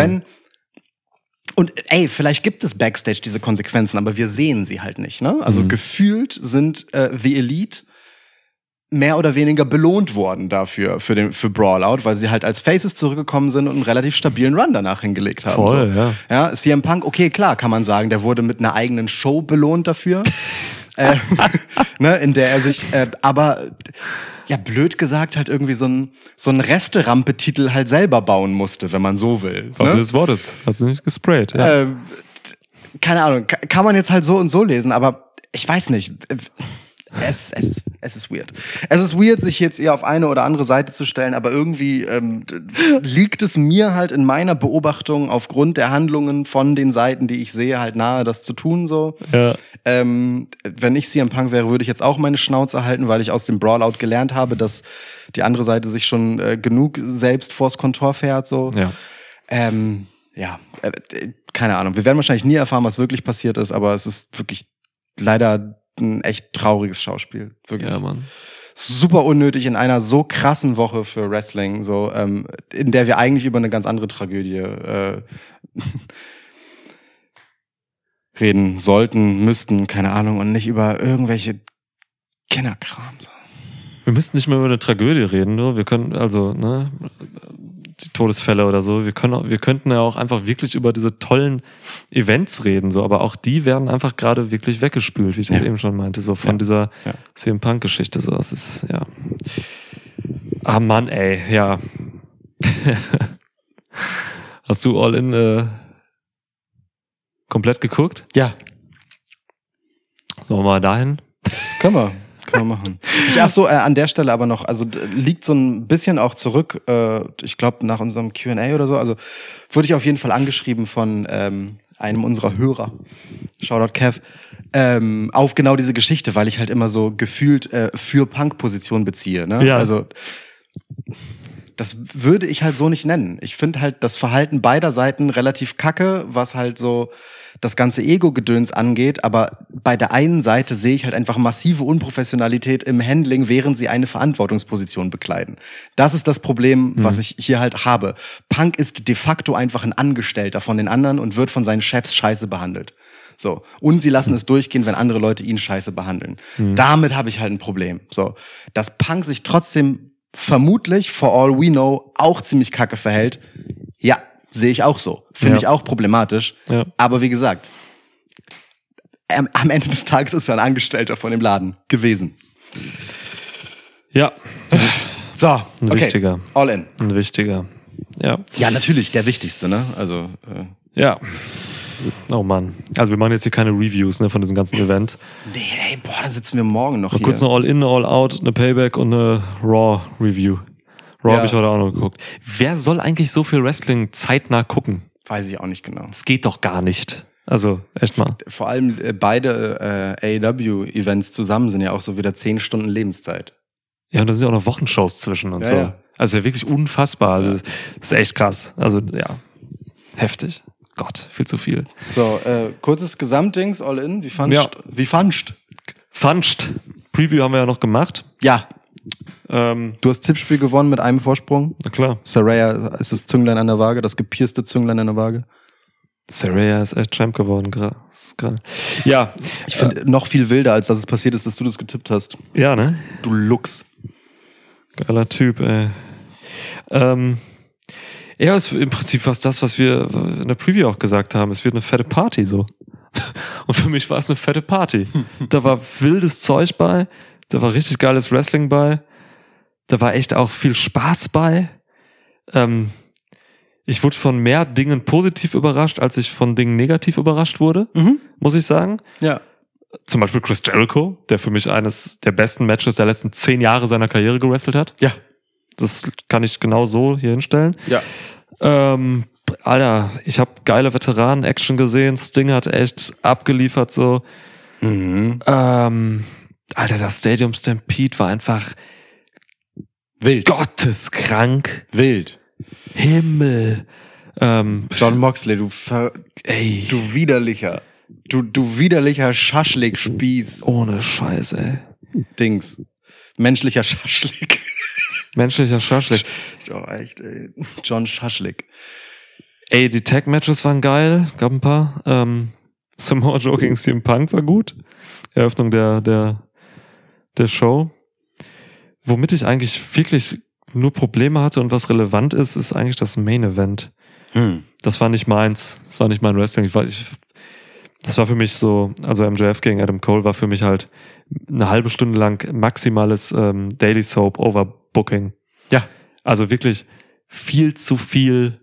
Und vielleicht gibt es Backstage diese Konsequenzen, aber wir sehen sie halt nicht, ne? Also gefühlt sind The Elite mehr oder weniger belohnt worden dafür, für Brawlout, weil sie halt als Faces zurückgekommen sind und einen relativ stabilen Run danach hingelegt haben. Voll, so. Ja, CM Punk, okay, klar, kann man sagen, der wurde mit einer eigenen Show belohnt dafür, ne, in der er sich, aber ja, blöd gesagt, halt irgendwie so ein Resterampe-Titel halt selber bauen musste, wenn man so will. Was des Wortes? Hast du nicht gesprayt? Ja. Keine Ahnung, kann man jetzt halt so und so lesen, aber ich weiß nicht. Es ist weird. Es ist weird, sich jetzt eher auf eine oder andere Seite zu stellen, aber irgendwie liegt es mir halt in meiner Beobachtung aufgrund der Handlungen von den Seiten, die ich sehe, halt nahe, das zu tun, so. Ja. Wenn ich CM Punk wäre, würde ich jetzt auch meine Schnauze halten, weil ich aus dem Brawlout gelernt habe, dass die andere Seite sich schon genug selbst vors Kontor fährt, so. Ja. Keine Ahnung. Wir werden wahrscheinlich nie erfahren, was wirklich passiert ist, aber es ist wirklich leider ein echt trauriges Schauspiel. Wirklich. Ja, Mann. Super unnötig in einer so krassen Woche für Wrestling, so, in der wir eigentlich über eine ganz andere Tragödie reden sollten, müssten, keine Ahnung, und nicht über irgendwelche Kinderkram. So. Wir müssten nicht mehr über eine Tragödie reden, nur wir können, also, ne, die Todesfälle oder so, wir könnten ja auch einfach wirklich über diese tollen Events reden, so, aber auch die werden einfach gerade wirklich weggespült, wie ich das eben schon meinte, so von dieser CM Punk-Geschichte, so, das ist, ja. Ah Mann, ey, ja. Hast du All In komplett geguckt? Ja. Sollen wir mal dahin? Können wir machen. An der Stelle aber noch, also liegt so ein bisschen auch zurück, ich glaube nach unserem Q&A oder so, also wurde ich auf jeden Fall angeschrieben von einem unserer Hörer, Shoutout Kev, auf genau diese Geschichte, weil ich halt immer so gefühlt für Punk-Position beziehe, ne? Ja. Also das würde ich halt so nicht nennen. Ich finde halt das Verhalten beider Seiten relativ kacke, was halt so das ganze Ego-Gedöns angeht, aber bei der einen Seite sehe ich halt einfach massive Unprofessionalität im Handling, während sie eine Verantwortungsposition bekleiden. Das ist das Problem, was ich hier halt habe. Punk ist de facto einfach ein Angestellter von den anderen und wird von seinen Chefs scheiße behandelt. So. Und sie lassen es durchgehen, wenn andere Leute ihn scheiße behandeln. Damit habe ich halt ein Problem. So. Dass Punk sich trotzdem vermutlich, for all we know, auch ziemlich kacke verhält, ja, Sehe ich auch so. Finde ich auch problematisch. Ja. Aber wie gesagt, am Ende des Tages ist er ein Angestellter von dem Laden gewesen. Ja. So, Ein okay. wichtiger. All in. Ein wichtiger. Ja. Ja, natürlich, der wichtigste, ne? Also, Ja. Oh Mann. Also wir machen jetzt hier keine Reviews, ne, von diesem ganzen Event. nee, ey, boah, da sitzen wir morgen noch hier. Kurz eine All-In, All-Out, eine Payback und eine Raw-Review. Raw Ja. habe ich heute auch noch geguckt. Wer soll eigentlich so viel Wrestling zeitnah gucken? Weiß ich auch nicht genau. Das geht doch gar nicht. Also, echt mal. Vor allem beide AEW-Events zusammen sind ja auch so wieder 10 Stunden Lebenszeit. Ja, und da sind ja auch noch Wochenshows zwischen und Ja, so. ja. Also ja, wirklich unfassbar. Also, das ist echt krass. Also, ja. Heftig. Gott, viel zu viel. So, kurzes Gesamtdings, all in. Wie fandst? Ja. Wie fandst? Fanscht. Preview haben wir ja noch gemacht. Ja, Na du hast Tippspiel gewonnen mit einem Vorsprung. klar. Saraya ist das Zünglein an der Waage, das gepierste Zünglein an der Waage. Saraya ist echt Champ geworden. Krass. Ja. Ich finde noch viel wilder, als dass es passiert ist, dass du das getippt hast. Ja, ne? Du Lux. Geiler Typ, ey. Ja, ist im Prinzip fast das, was wir in der Preview auch gesagt haben. Es wird eine fette Party, so. Und für mich war es eine fette Party. Da war wildes Zeug bei, da war richtig geiles Wrestling bei, da war echt auch viel Spaß bei. Ich wurde von mehr Dingen positiv überrascht, als ich von Dingen negativ überrascht wurde, muss ich sagen. Ja. Zum Beispiel Chris Jericho, der für mich eines der besten Matches der letzten 10 Jahre seiner Karriere gewrestelt hat. Ja. Das kann ich genau so hier hinstellen. Ja. Alter, ich habe geile Veteranen-Action gesehen. Sting hat echt abgeliefert so. Alter, das Stadium Stampede war einfach Wild. gotteskrank. Wild. Himmel. John Moxley, du widerlicher. Du widerlicher Schaschlik-Spieß. Ohne Scheiß, ey. Dings. Menschlicher Schaschlik. Menschlicher Schaschlik. Oh, echt, ey. John Schaschlik. Ey, die Tag-Matches waren geil. Gab ein paar. Samoa Joe gegen CM Punk war gut. Eröffnung der Show. Womit ich eigentlich wirklich nur Probleme hatte und was relevant ist, ist eigentlich das Main Event. Das war nicht meins. Das war nicht mein Wrestling. Das war für mich so, also MJF gegen Adam Cole war für mich halt eine halbe Stunde lang maximales Daily Soap Overbooking. Ja. Also wirklich viel zu viel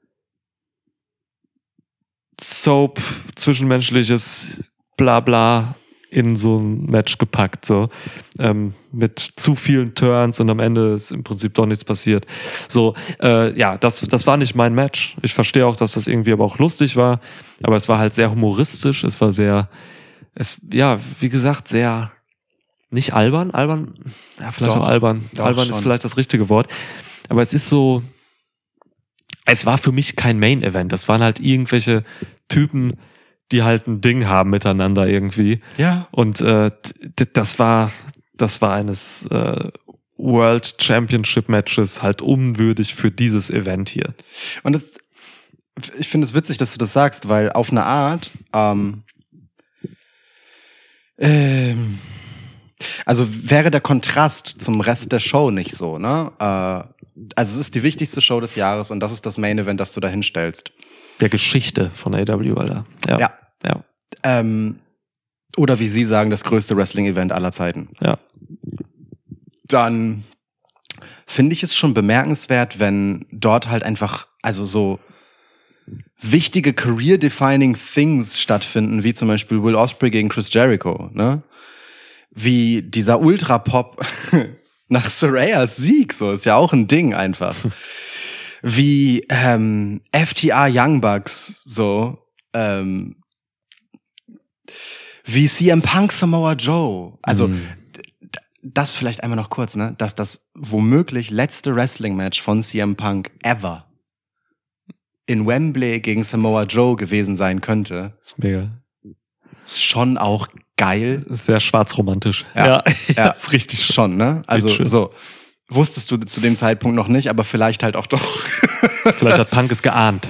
Soap, Zwischenmenschliches, bla bla in so ein Match gepackt, so mit zu vielen Turns und am Ende ist im Prinzip doch nichts passiert. So, ja, das war nicht mein Match. Ich verstehe auch, dass das irgendwie aber auch lustig war, aber es war halt sehr humoristisch, es war sehr, ja, wie gesagt, sehr nicht albern, ja, vielleicht Doch, auch albern. doch Albern schon. ist vielleicht das richtige Wort, aber es ist so, es war für mich kein Main-Event, das waren halt irgendwelche Typen, die halt ein Ding haben miteinander irgendwie. Ja. Und das war eines World Championship Matches halt unwürdig für dieses Event hier. Und ich finde es witzig, dass du das sagst, weil auf eine Art, also wäre der Kontrast zum Rest der Show nicht so, ne? Also es ist die wichtigste Show des Jahres und das ist das Main Event, das du da hinstellst. Der Geschichte von AEW, Alter. Ja. Oder wie Sie sagen, das größte Wrestling-Event aller Zeiten. Ja. Dann finde ich es schon bemerkenswert, wenn dort halt einfach, also so wichtige career-defining Things stattfinden, wie zum Beispiel Will Ospreay gegen Chris Jericho, ne? Wie dieser Ultra-Pop nach Sarayas Sieg, so, ist ja auch ein Ding einfach. Wie FTR Young Bucks, so, wie CM Punk Samoa Joe. Also, das vielleicht einmal noch kurz, ne? Dass das womöglich letzte Wrestling-Match von CM Punk ever in Wembley gegen Samoa Joe gewesen sein könnte. Ist mega. Ist schon auch geil. Ist sehr schwarzromantisch. Ja. Ist richtig schön. Schon, ne? Also, schön. so. Wusstest du zu dem Zeitpunkt noch nicht, aber vielleicht halt auch doch. Vielleicht hat Punk es geahnt.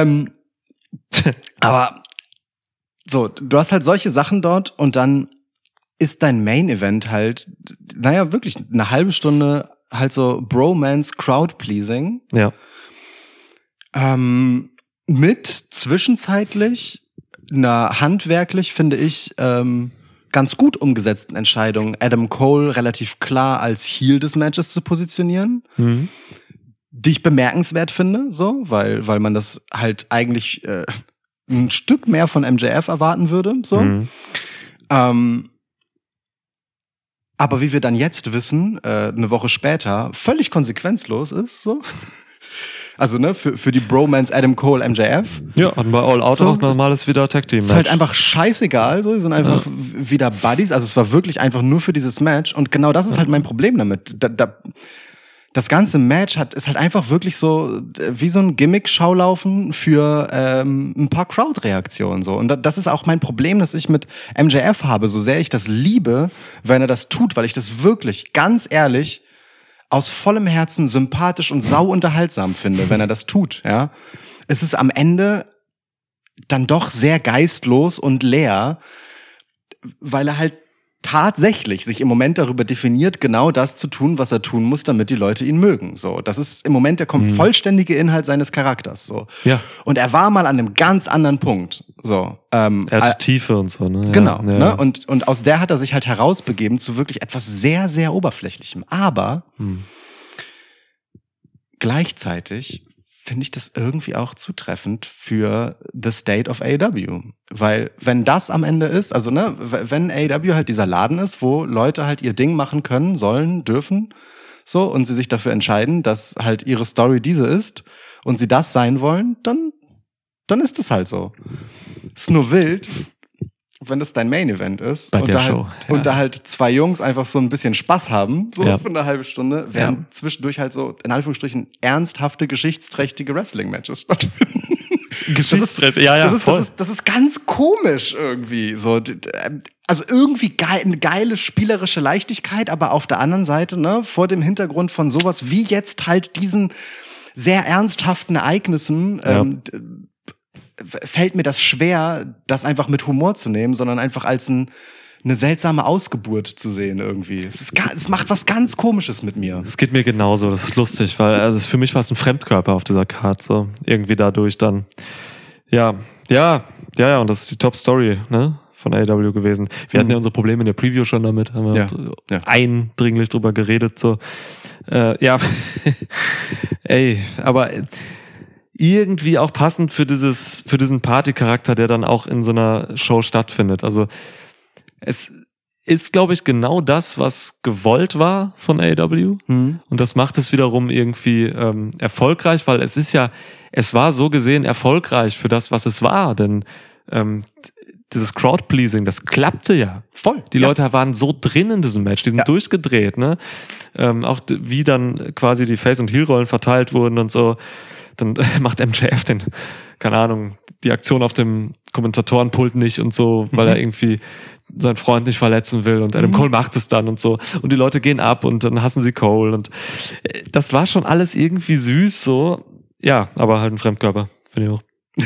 Aber so, du hast halt solche Sachen dort und dann ist dein Main-Event halt, naja, wirklich eine halbe Stunde halt so Bromance Crowd-Pleasing. Ja. Mit zwischenzeitlich einer handwerklich, finde ich, ganz gut umgesetzten Entscheidung, Adam Cole relativ klar als Heel des Matches zu positionieren, die ich bemerkenswert finde, so, weil man das halt eigentlich ein Stück mehr von MJF erwarten würde, so. Aber wie wir dann jetzt wissen, eine Woche später, völlig konsequenzlos ist, so. Also, ne, für die Bromance Adam Cole, MJF. Ja, hatten bei All Out so, auch normales wieder Tag-Team-Match. Ist halt einfach scheißegal, so, die sind einfach wieder Buddies, also es war wirklich einfach nur für dieses Match und genau das ist halt mein Problem damit. Das ganze Match ist halt einfach wirklich so wie so ein Gimmick-Schaulaufen für ein paar Crowd-Reaktionen so. Und das ist auch mein Problem, das ich mit MJF habe, so sehr ich das liebe, wenn er das tut, weil ich das wirklich, ganz ehrlich, aus vollem Herzen sympathisch und sauunterhaltsam finde, wenn er das tut, ja. Es ist am Ende dann doch sehr geistlos und leer, weil er halt tatsächlich sich im Moment darüber definiert, genau das zu tun, was er tun muss, damit die Leute ihn mögen. So, das ist im Moment der vollständige Inhalt seines Charakters. So, ja. Und er war mal an einem ganz anderen Punkt. So, er hat Tiefe und so, ne? Genau. Ja. Ne? Und aus der hat er sich halt herausbegeben zu wirklich etwas sehr, sehr Oberflächlichem. Aber gleichzeitig finde ich das irgendwie auch zutreffend für the state of AEW. Weil wenn das am Ende ist, also ne, wenn AEW halt dieser Laden ist, wo Leute halt ihr Ding machen können, sollen, dürfen, so, und sie sich dafür entscheiden, dass halt ihre Story diese ist und sie das sein wollen, dann ist es halt so. Ist nur wild, wenn das dein Main-Event ist bei und, der da Show, halt, und da halt zwei Jungs einfach so ein bisschen Spaß haben, so für eine halbe Stunde, während zwischendurch halt so, in Anführungsstrichen, ernsthafte, geschichtsträchtige Wrestling-Matches stattfinden. Geschichtsträchtig, ja, voll. Das ist ganz komisch irgendwie, so. Also irgendwie eine geile spielerische Leichtigkeit, aber auf der anderen Seite, ne, vor dem Hintergrund von sowas wie jetzt halt diesen sehr ernsthaften Ereignissen, fällt mir das schwer, das einfach mit Humor zu nehmen, sondern einfach als eine seltsame Ausgeburt zu sehen irgendwie. Es macht was ganz Komisches mit mir. Es geht mir genauso, das ist lustig, weil für mich war es ein Fremdkörper auf dieser Karte, so irgendwie dadurch dann. Ja, und das ist die Top-Story, ne, von AEW gewesen. Wir hatten ja unsere Probleme in der Preview schon damit, haben wir eindringlich drüber geredet, so. Ey, aber irgendwie auch passend für diesen Party-Charakter, der dann auch in so einer Show stattfindet. Also es ist, glaube ich, genau das, was gewollt war von AEW. Und das macht es wiederum irgendwie erfolgreich, weil es war so gesehen erfolgreich für das, was es war. Denn dieses Crowd-Pleasing, das klappte ja. Voll. Die Leute waren so drin in diesem Match, die sind durchgedreht, ne? Auch wie dann quasi die Face- und Heel-Rollen verteilt wurden und so. Dann macht MJF keine Ahnung, die Aktion auf dem Kommentatorenpult nicht und so, weil er irgendwie seinen Freund nicht verletzen will und Adam Cole macht es dann und so. Und die Leute gehen ab und dann hassen sie Cole und das war schon alles irgendwie süß, so. Ja, aber halt ein Fremdkörper, finde ich auch.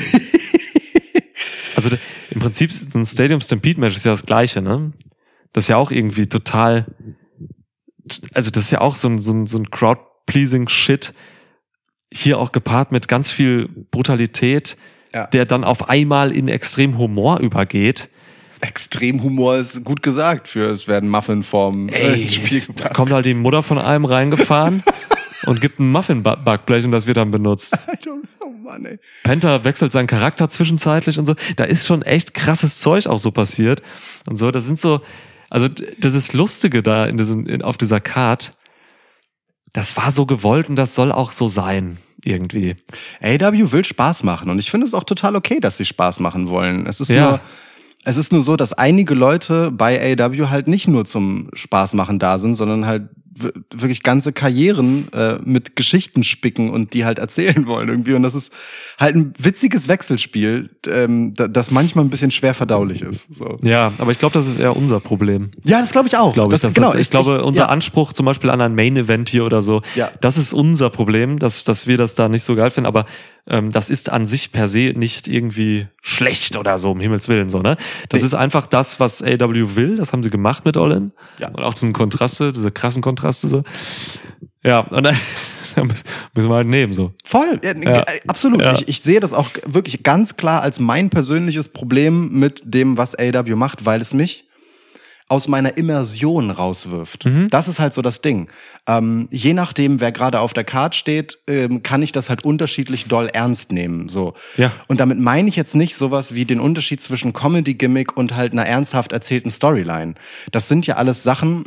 Also im Prinzip ein Stadium Stampede Match ist ja das Gleiche, ne? Das ist ja auch irgendwie total, also das ist ja auch so ein Crowd-Pleasing-Shit, hier auch gepaart mit ganz viel Brutalität, der dann auf einmal in extrem Humor übergeht. Extrem Humor ist gut gesagt es werden Muffinformen ins Spiel gebracht. Da kommt halt die Mutter von einem reingefahren und gibt ein Muffin-Backblech und das wird dann benutzt. Oh Mann, ey. Penta wechselt seinen Charakter zwischenzeitlich und so. Da ist schon echt krasses Zeug auch so passiert und so. Das sind so, also das ist Lustige da auf dieser Card. Das war so gewollt und das soll auch so sein, irgendwie. AEW will Spaß machen und ich finde es auch total okay, dass sie Spaß machen wollen. Es ist nur so, dass einige Leute bei AEW halt nicht nur zum Spaß machen da sind, sondern halt wirklich ganze Karrieren mit Geschichten spicken und die halt erzählen wollen irgendwie. Und das ist halt ein witziges Wechselspiel, das manchmal ein bisschen schwer verdaulich ist. So. Ja, aber ich glaube, das ist eher unser Problem. Ja, das glaube ich auch. Ich glaube, unser Anspruch zum Beispiel an ein Main-Event hier oder so, das ist unser Problem, dass wir das da nicht so geil finden. Aber das ist an sich per se nicht irgendwie schlecht oder so, um Himmels Willen. So, ne? Das ist einfach das, was AEW will. Das haben sie gemacht mit All-In. Ja. Und auch diese krassen Kontraste so. Ja, und Ja, müssen wir halt nehmen, so. Voll, absolut. Ja. Ich sehe das auch wirklich ganz klar als mein persönliches Problem mit dem, was AEW macht, weil es mich aus meiner Immersion rauswirft. Das ist halt so das Ding. Je nachdem, wer gerade auf der Card steht, kann ich das halt unterschiedlich doll ernst nehmen. So. Ja. Und damit meine ich jetzt nicht sowas wie den Unterschied zwischen Comedy-Gimmick und halt einer ernsthaft erzählten Storyline. Das sind ja alles Sachen,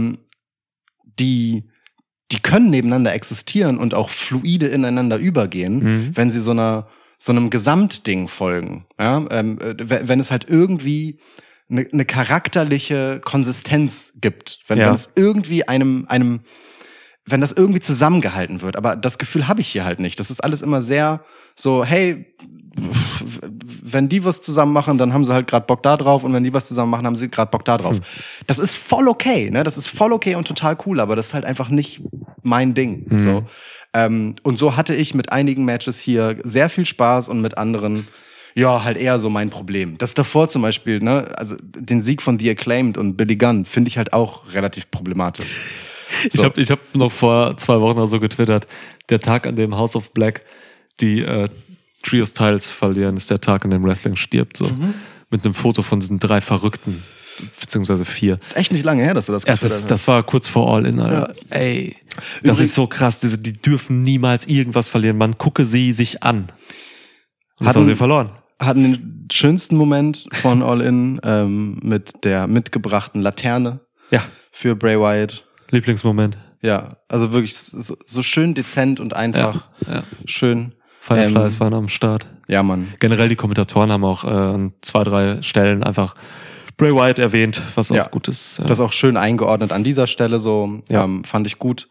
die können nebeneinander existieren und auch fluide ineinander übergehen, wenn sie so einem Gesamtding folgen. Ja? Wenn es halt irgendwie eine charakterliche Konsistenz gibt, wenn es irgendwie wenn das irgendwie zusammengehalten wird. Aber das Gefühl habe ich hier halt nicht. Das ist alles immer sehr so, hey, wenn die was zusammen machen, dann haben sie halt gerade Bock da drauf, und wenn die was zusammen machen, haben sie gerade Bock da drauf. Das ist voll okay, ne? Das ist voll okay und total cool, aber das ist halt einfach nicht mein Ding. So. Und so hatte ich mit einigen Matches hier sehr viel Spaß und mit anderen ja, halt eher so mein Problem. Das davor zum Beispiel, ne, also den Sieg von The Acclaimed und Billy Gunn finde ich halt auch relativ problematisch. So. Ich hab noch vor 2 Wochen oder so getwittert, der Tag, an dem House of Black die Trios-Titles verlieren, ist der Tag, an dem Wrestling stirbt. So. Mit einem Foto von diesen 3 Verrückten, beziehungsweise 4. Das ist echt nicht lange her, dass du das getwittert hast. Das war kurz vor All-In, Alter. Ja. Ey, das ist so krass. Die dürfen niemals irgendwas verlieren. Man gucke sie sich an. Und das haben sie verloren. Hatten den schönsten Moment von All-In mit der mitgebrachten Laterne für Bray Wyatt. Lieblingsmoment. Ja, also wirklich so schön dezent und einfach schön. Fireflies waren am Start. Ja, Mann. Generell die Kommentatoren haben auch an 2, 3 Stellen einfach Bray Wyatt erwähnt, was auch gut ist. Ja. Das auch schön eingeordnet an dieser Stelle, so fand ich gut.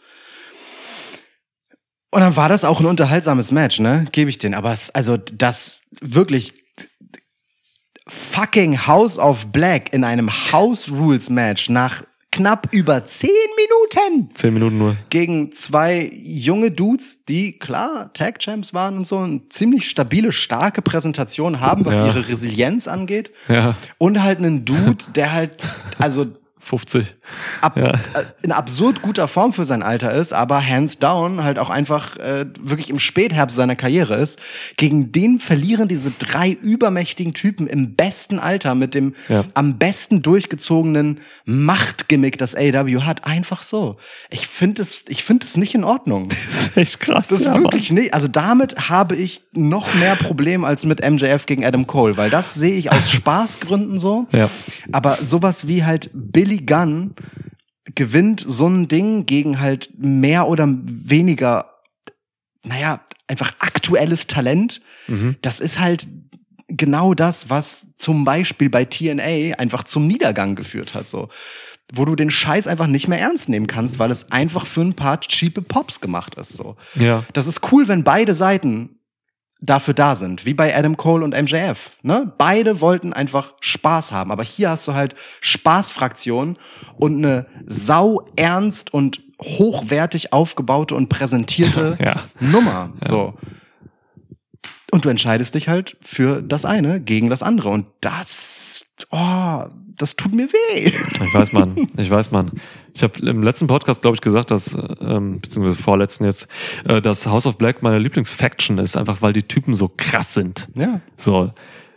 Und dann war das auch ein unterhaltsames Match, ne? Gebe ich den. Aber das wirklich fucking House of Black in einem House Rules Match nach knapp über 10 Minuten. 10 Minuten nur. Gegen 2 junge Dudes, die klar Tag Champs waren und so, eine ziemlich stabile, starke Präsentation haben, was ihre Resilienz angeht. Ja. Und halt einen Dude, der halt, 50. In absurd guter Form für sein Alter ist, aber hands down halt auch einfach wirklich im Spätherbst seiner Karriere ist. Gegen den verlieren diese 3 übermächtigen Typen im besten Alter mit dem am besten durchgezogenen Machtgimmick, das AEW hat. Einfach so. Ich finde es nicht in Ordnung. Das ist echt krass. Das ist wirklich nicht. Also damit habe ich noch mehr Problem als mit MJF gegen Adam Cole, weil das sehe ich aus Spaßgründen so. Ja. Aber sowas wie halt Billy Gunn gewinnt so ein Ding gegen halt mehr oder weniger, einfach aktuelles Talent. Das ist halt genau das, was zum Beispiel bei TNA einfach zum Niedergang geführt hat, so. Wo du den Scheiß einfach nicht mehr ernst nehmen kannst, weil es einfach für ein paar cheape Pops gemacht ist, so. Ja. Das ist cool, wenn beide Seiten dafür da sind, wie bei Adam Cole und MJF, ne? Beide wollten einfach Spaß haben, aber hier hast du halt Spaßfraktion und eine sau ernst und hochwertig aufgebaute und präsentierte Nummer, so. Und du entscheidest dich halt für das eine gegen das andere und das tut mir weh. Ich weiß, Mann. Ich habe im letzten Podcast, glaube ich, gesagt, dass, beziehungsweise vorletzten jetzt, dass House of Black meine Lieblingsfaction ist, einfach weil die Typen so krass sind. Ja. So,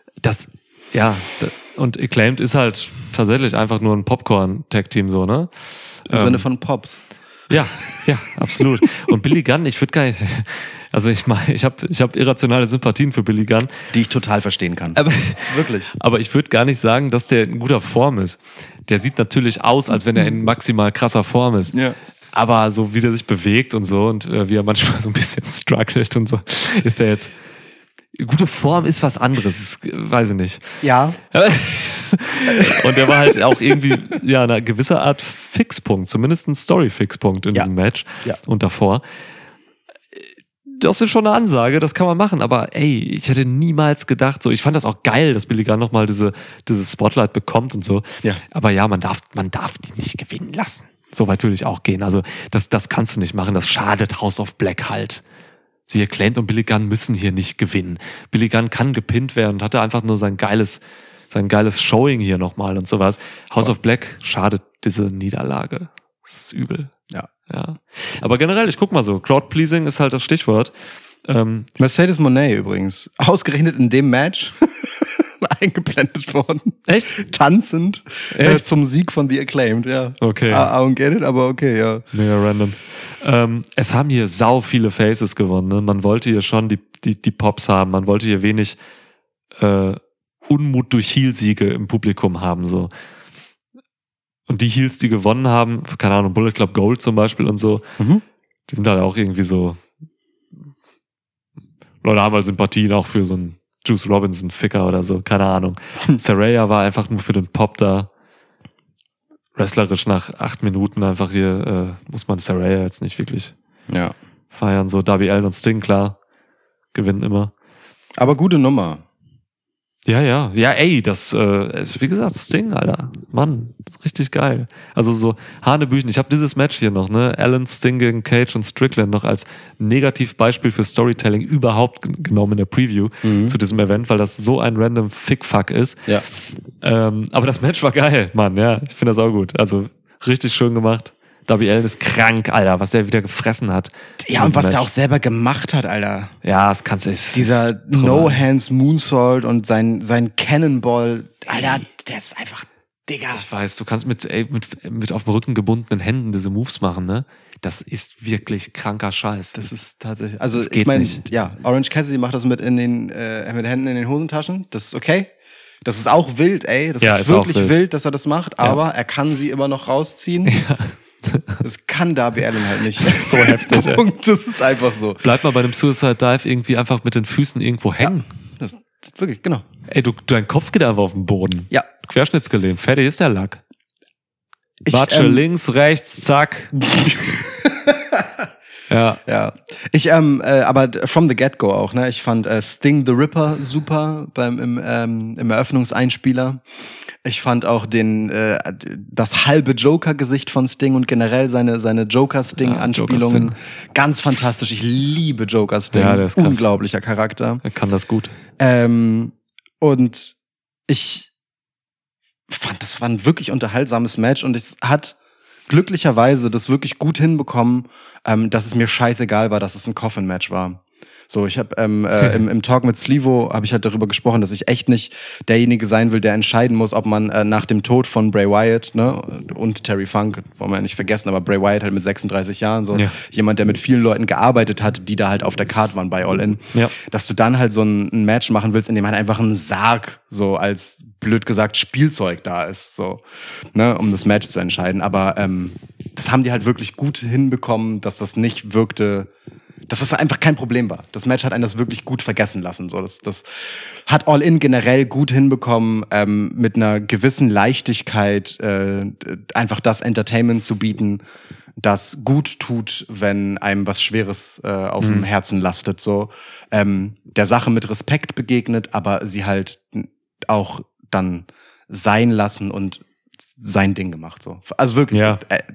und Acclaimed ist halt tatsächlich einfach nur ein Popcorn-Tag-Team, so, ne? Im Sinne von Pops. Ja, absolut. Und Billy Gunn, ich würde gar nicht, also ich hab irrationale Sympathien für Billy Gunn. Die ich total verstehen kann. Aber, wirklich. Aber ich würde gar nicht sagen, dass der in guter Form ist. Der sieht natürlich aus, als wenn er in maximal krasser Form ist. Ja. Aber so wie der sich bewegt und so und wie er manchmal so ein bisschen struggelt und so, ist der jetzt... Gute Form ist was anderes, weiß ich nicht. Ja. Und der war halt auch irgendwie eine gewisse Art Fixpunkt, zumindest ein Story-Fixpunkt in diesem Match und davor. Das ist schon eine Ansage, das kann man machen, aber ich hätte niemals gedacht, so, ich fand das auch geil, dass Billy Gunn nochmal dieses Spotlight bekommt und so. Ja. Aber man darf die nicht gewinnen lassen. So weit würde ich auch gehen. Also das kannst du nicht machen, das schadet House of Black halt. Sie Acclaimed und Billy Gunn müssen hier nicht gewinnen. Billy Gunn kann gepinnt werden und hatte einfach nur sein geiles Showing hier nochmal und sowas. House of Black schadet diese Niederlage. Das ist übel. Ja. Aber generell, ich guck mal so, Crowd-Pleasing ist halt das Stichwort. Mercedes Moné übrigens, ausgerechnet in dem Match eingeblendet worden. Echt? Tanzend zum Sieg von The Acclaimed, ja. Okay. I don't get it, aber okay, ja. Mega random. Es haben hier sau viele Faces gewonnen. Ne? Man wollte hier schon die Pops haben. Man wollte hier wenig Unmut durch Heel-Siege im Publikum haben. So. Und die Heels, die gewonnen haben, keine Ahnung, Bullet Club Gold zum Beispiel und so, die sind halt auch irgendwie so, Leute haben halt Sympathien auch für so einen Juice Robinson-Ficker oder so, keine Ahnung. Saraya war einfach nur für den Pop da. Wrestlerisch nach 8 Minuten einfach hier, muss man Saraya jetzt nicht wirklich feiern. So Darby Allin und Sting, klar, gewinnen immer. Aber gute Nummer. Ja, ey, das ist wie gesagt Sting, Alter. Mann, richtig geil. Also so Hanebüchen. Ich habe dieses Match hier noch, ne? Allin, Sting gegen Cage und Strickland noch als Negativbeispiel für Storytelling überhaupt genommen in der Preview zu diesem Event, weil das so ein random Fick-Fuck ist. Ja. Aber das Match war geil, Mann, ja. Ich finde das auch gut. Also richtig schön gemacht. Darby Allin ist krank, Alter, was der wieder gefressen hat. Ja, und was der auch selber gemacht hat, Alter. Ja, das kannst du echt. Dieser No-Hands-Moonsault und sein Cannonball, Alter, der ist einfach, Digga. Ich weiß, du kannst mit auf dem Rücken gebundenen Händen diese Moves machen, ne? Das ist wirklich kranker Scheiß. Das ist tatsächlich, also das ich meine, nicht. ja, Orange Cassidy macht das mit Händen in den Hosentaschen, das ist okay. Das ist auch wild, ey. Das ist wirklich wild, dass er das macht, aber er kann sie immer noch rausziehen. Ja. Das kann Darby Allin halt nicht. Das ist so heftig. Punkt, das ist einfach so. Bleib mal bei einem Suicide Dive irgendwie einfach mit den Füßen irgendwo hängen. Ja, das ist wirklich, genau. Ey, dein Kopf geht einfach auf den Boden. Ja. Querschnittsgelähmt. Fertig ist der Lack. Watsche links, rechts, zack. Ja. Aber from the get-go auch, ne? Ich fand Sting the Ripper super im Eröffnungseinspieler. Ich fand auch das halbe Joker-Gesicht von Sting und generell seine Joker-Sting-Anspielungen ganz fantastisch. Ich liebe Joker-Sting. Ja, der ist krass. Unglaublicher Charakter. Er kann das gut. Und ich fand, das war ein wirklich unterhaltsames Match und es hat glücklicherweise das wirklich gut hinbekommen, dass es mir scheißegal war, dass es ein Coffin-Match war. So, ich habe im Talk mit Slivo habe ich halt darüber gesprochen, dass ich echt nicht derjenige sein will, der entscheiden muss, ob man nach dem Tod von Bray Wyatt, ne, und Terry Funk, wollen wir ja nicht vergessen, aber Bray Wyatt halt mit 36 Jahren, so jemand, der mit vielen Leuten gearbeitet hat, die da halt auf der Card waren bei All In, dass du dann halt so ein Match machen willst, in dem halt einfach ein Sarg so als blöd gesagt Spielzeug da ist, so, ne, um das Match zu entscheiden. Aber das haben die halt wirklich gut hinbekommen, dass das nicht wirkte, dass das einfach kein Problem war. Das Match hat einen das wirklich gut vergessen lassen. So, das hat All In generell gut hinbekommen, mit einer gewissen Leichtigkeit einfach das Entertainment zu bieten, das gut tut, wenn einem was Schweres auf dem Herzen lastet. So, der Sache mit Respekt begegnet, aber sie halt auch dann sein lassen und sein Ding gemacht, so. Also wirklich,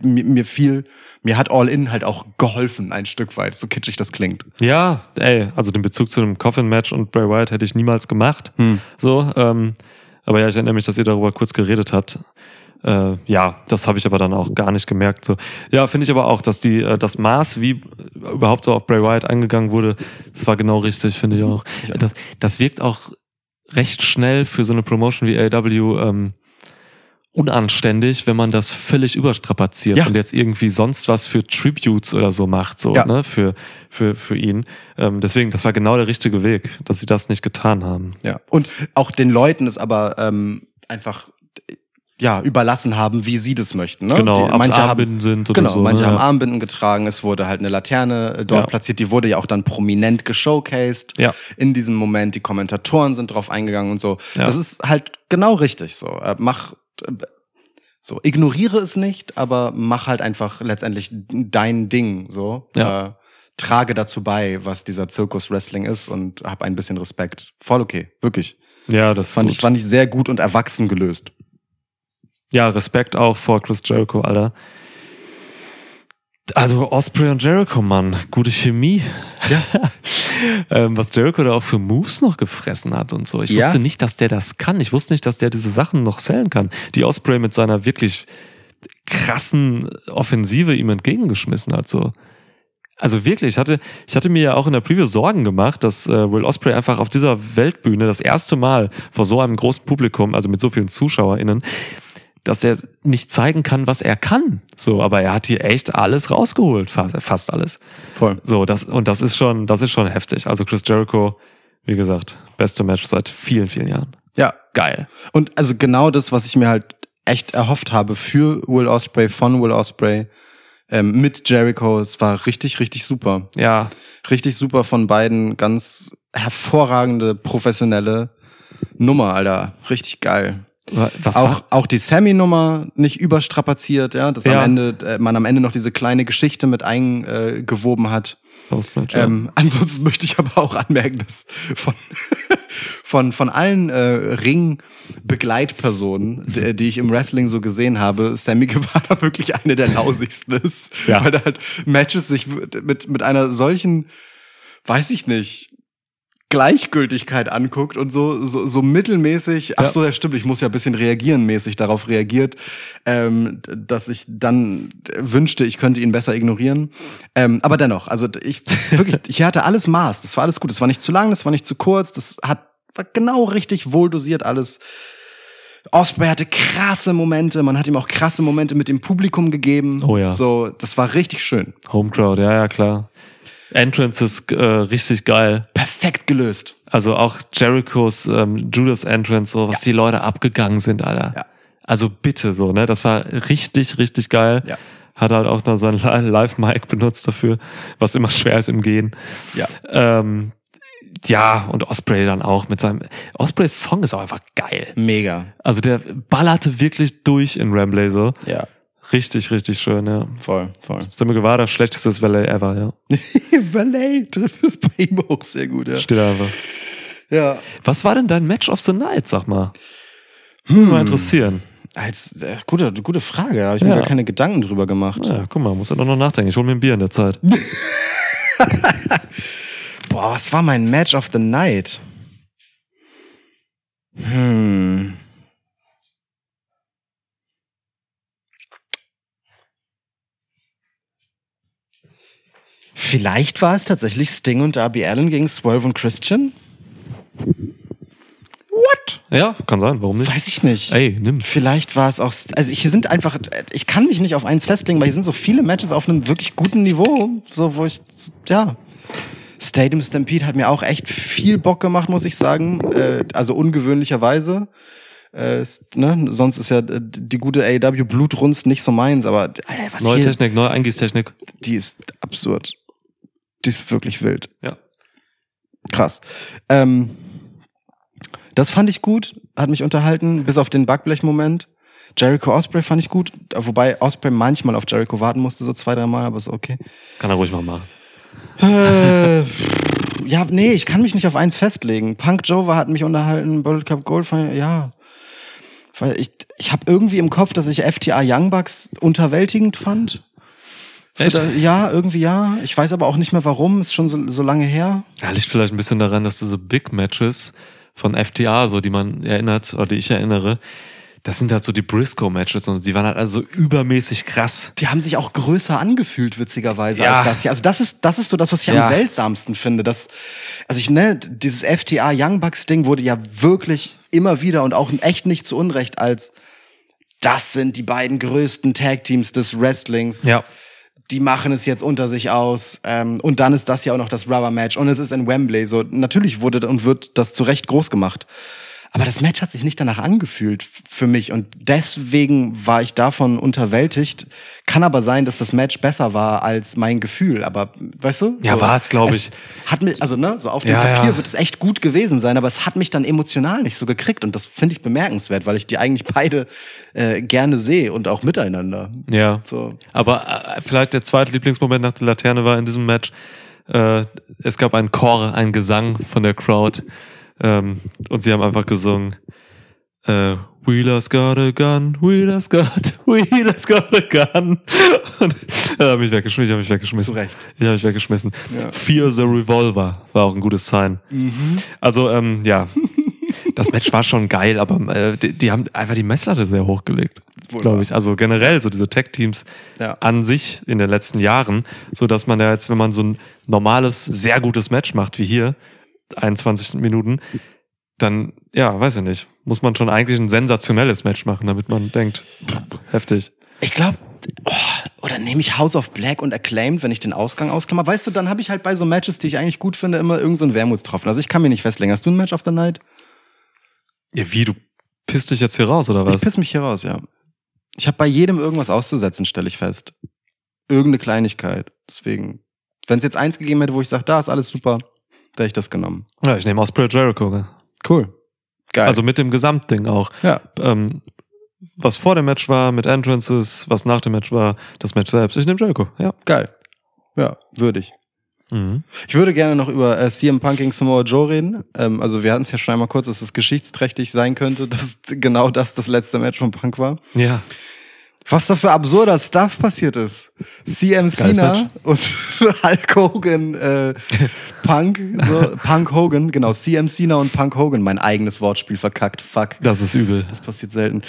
mir hat All In halt auch geholfen, ein Stück weit, so kitschig das klingt. Ja, ey, also den Bezug zu dem Coffin-Match und Bray Wyatt hätte ich niemals gemacht, so, aber ja, ich erinnere mich, dass ihr darüber kurz geredet habt. Das habe ich aber dann auch gar nicht gemerkt, so. Ja, finde ich aber auch, dass das Maß, wie überhaupt so auf Bray Wyatt angegangen wurde, das war genau richtig, finde ich auch. Ja. Das wirkt auch recht schnell für so eine Promotion wie AEW, unanständig, wenn man das völlig überstrapaziert und jetzt irgendwie sonst was für Tributes oder so macht, so, ne, für ihn. Deswegen, das war genau der richtige Weg, dass sie das nicht getan haben. Ja. Und auch den Leuten es aber einfach überlassen haben, wie sie das möchten. Ne? Genau, manche Armbinden sind oder so. Manche haben Armbinden getragen, es wurde halt eine Laterne dort platziert, die wurde ja auch dann prominent geshowcased in diesem Moment, die Kommentatoren sind drauf eingegangen und so. Ja. Das ist halt genau richtig so. Ignoriere es nicht, aber mach halt einfach letztendlich dein Ding, so. Ja. Trage dazu bei, was dieser Zirkus-Wrestling ist und hab ein bisschen Respekt. Voll okay, wirklich. Ja, das fand ich sehr gut und erwachsen gelöst. Ja, Respekt auch vor Chris Jericho, Alter. Also Ospreay und Jericho, Mann, gute Chemie. Ja. Was Jericho da auch für Moves noch gefressen hat und so. Ich wusste nicht, dass der das kann. Ich wusste nicht, dass der diese Sachen noch sellen kann. Die Ospreay mit seiner wirklich krassen Offensive ihm entgegengeschmissen hat, so. Also wirklich, ich hatte mir ja auch in der Preview Sorgen gemacht, dass Will Ospreay einfach auf dieser Weltbühne das erste Mal vor so einem großen Publikum, also mit so vielen ZuschauerInnen, dass er nicht zeigen kann, was er kann. So, aber er hat hier echt alles rausgeholt, fast alles. Voll. So, das ist schon heftig. Also Chris Jericho, wie gesagt, beste Match seit vielen, vielen Jahren. Ja. Geil. Und also genau das, was ich mir halt echt erhofft habe für Will Ospreay, von Will Ospreay, mit Jericho, es war richtig, richtig super. Ja. Richtig super von beiden, ganz hervorragende, professionelle Nummer, Alter. Richtig geil. Was auch die Sammy-Nummer nicht überstrapaziert, ja, dass man am Ende noch diese kleine Geschichte mit eingewoben hat. Ansonsten möchte ich aber auch anmerken, dass von allen Ring-Begleitpersonen, die ich im Wrestling so gesehen habe, Sammy Guevara wirklich eine der lausigsten ist. Ja. Weil er halt Matches sich mit einer solchen, weiß ich nicht, Gleichgültigkeit anguckt und so mittelmäßig, ach so, ja stimmt, ich muss ja ein bisschen reagieren mäßig darauf reagiert, dass ich dann wünschte, ich könnte ihn besser ignorieren. Aber dennoch, also ich hatte alles Maß, das war alles gut, das war nicht zu lang, das war nicht zu kurz, war genau richtig wohl dosiert alles. Ospreay hatte krasse Momente, man hat ihm auch krasse Momente mit dem Publikum gegeben. Oh ja. So, das war richtig schön. Homecrowd, ja, klar. Entrances richtig geil. Perfekt gelöst. Also auch Jerichos Judas Entrance, so was die Leute abgegangen sind, Alter. Ja. Also bitte so, ne? Das war richtig, richtig geil. Ja. Hat halt auch noch so ein Live-Mic benutzt dafür, was immer schwer ist im Gehen. Ja. Ja, und Ospreay dann auch mit seinem... Ospreays Song ist auch einfach geil. Mega. Also der ballerte wirklich durch in Wembley so. Ja. Richtig, richtig schön, ja. Voll. Sammy Guevara, schlechtestes Valet ever, ja. Valet trifft es bei ihm auch sehr gut, ja. Steht einfach. Ja. Was war denn dein Match of the Night, sag mal? Mal interessieren. Gute Frage, da habe ich mir gar keine Gedanken drüber gemacht. Ja, guck mal, muss ja doch noch nachdenken. Ich hol mir ein Bier in der Zeit. Boah, was war mein Match of the Night? Vielleicht war es tatsächlich Sting und Darby Allin gegen Swerve und Christian? What? Ja, kann sein, warum nicht? Weiß ich nicht. Ey, nimm. Vielleicht war es auch, also ich kann mich nicht auf eins festlegen, weil hier sind so viele Matches auf einem wirklich guten Niveau, so wo ich, Stadium Stampede hat mir auch echt viel Bock gemacht, muss ich sagen, also ungewöhnlicherweise. Sonst ist ja die gute AEW Blutrunst nicht so meins, aber Alter, was neue Technik, neue Eingießtechnik. Die ist absurd. Die ist wirklich wild. Ja. Krass. Das fand ich gut, hat mich unterhalten, bis auf den Backblech-Moment. Jericho Ospreay fand ich gut, wobei Ospreay manchmal auf Jericho warten musste, so 2-3 Mal, aber ist okay. Kann er ruhig mal machen. Ja, nee, ich kann mich nicht auf eins festlegen. Punk Joe hat mich unterhalten, Bullet Club Gold, ja. Weil ich habe irgendwie im Kopf, dass ich FTA Young Bucks unterwältigend fand. Echt? Ja, irgendwie ja. Ich weiß aber auch nicht mehr warum, ist schon so lange her. Ja, liegt vielleicht ein bisschen daran, dass diese Big Matches von FTA, so die man erinnert, oder die ich erinnere, das sind halt so die Briscoe-Matches und die waren halt also übermäßig krass. Die haben sich auch größer angefühlt, witzigerweise, als das hier. Also das ist so das, was ich am seltsamsten finde. Dieses FTA Young Bucks Ding wurde ja wirklich immer wieder und auch echt nicht zu Unrecht als das sind die beiden größten Tag-Teams des Wrestlings. Ja. Die machen es jetzt unter sich aus. Und dann ist das ja auch noch das Rubber-Match. Und es ist in Wembley. So, natürlich wurde und wird das zu Recht groß gemacht. Aber das Match hat sich nicht danach angefühlt für mich. Und deswegen war ich davon unterwältigt. Kann aber sein, dass das Match besser war als mein Gefühl. Aber, weißt du? Ja, so, war es, glaube ich. Hat mich, also, so auf dem Papier wird es echt gut gewesen sein. Aber es hat mich dann emotional nicht so gekriegt. Und das finde ich bemerkenswert, weil ich die eigentlich beide gerne sehe und auch miteinander. Ja. So. Aber vielleicht der zweite Lieblingsmoment nach der Laterne war in diesem Match. Es gab einen Chor, einen Gesang von der Crowd. Und sie haben einfach gesungen Wheeler's got a gun, Wheeler's got a gun. Und er hat mich weggeschmissen. Zu Recht. Ich habe mich weggeschmissen. Ja. Fear the Revolver war auch ein gutes Sign. Mhm. Also, ja. das Match war schon geil, aber die haben einfach die Messlatte sehr hochgelegt, glaube ich. Also generell so diese Tag-Teams an sich in den letzten Jahren, so dass man ja jetzt, wenn man so ein normales, sehr gutes Match macht wie hier, 21 Minuten, dann, ja, weiß ich nicht, muss man schon eigentlich ein sensationelles Match machen, damit man denkt, heftig. Ich glaube, oder nehme ich House of Black und Acclaimed, wenn ich den Ausgang ausklammer? Weißt du, dann habe ich halt bei so Matches, die ich eigentlich gut finde, immer irgend so einen Wermutstropfen. Also ich kann mir nicht festlegen. Hast du ein Match of the Night? Ja, wie, du pisst dich jetzt hier raus, oder was? Ich piss mich hier raus, ja. Ich habe bei jedem irgendwas auszusetzen, stelle ich fest. Irgendeine Kleinigkeit. Deswegen, wenn es jetzt eins gegeben hätte, wo ich sage, da ist alles super, da hätte ich das genommen. Ja, ich nehme Ospreay Jericho. Cool. Geil. Also mit dem Gesamtding auch. Ja. Was vor dem Match war, mit Entrances, was nach dem Match war, das Match selbst. Ich nehme Jericho, ja. Geil. Ja, würdig. Mhm. Ich würde gerne noch über CM Punk gegen Samoa Joe reden. Also wir hatten es ja schon einmal kurz, dass es geschichtsträchtig sein könnte, dass genau das letzte Match von Punk war. Ja. Was da für absurder Stuff passiert ist. CM Cena und Hulk Hogan, Punk Hogan, genau, CM Cena und Punk Hogan, mein eigenes Wortspiel verkackt, fuck. Das ist übel. Das passiert selten.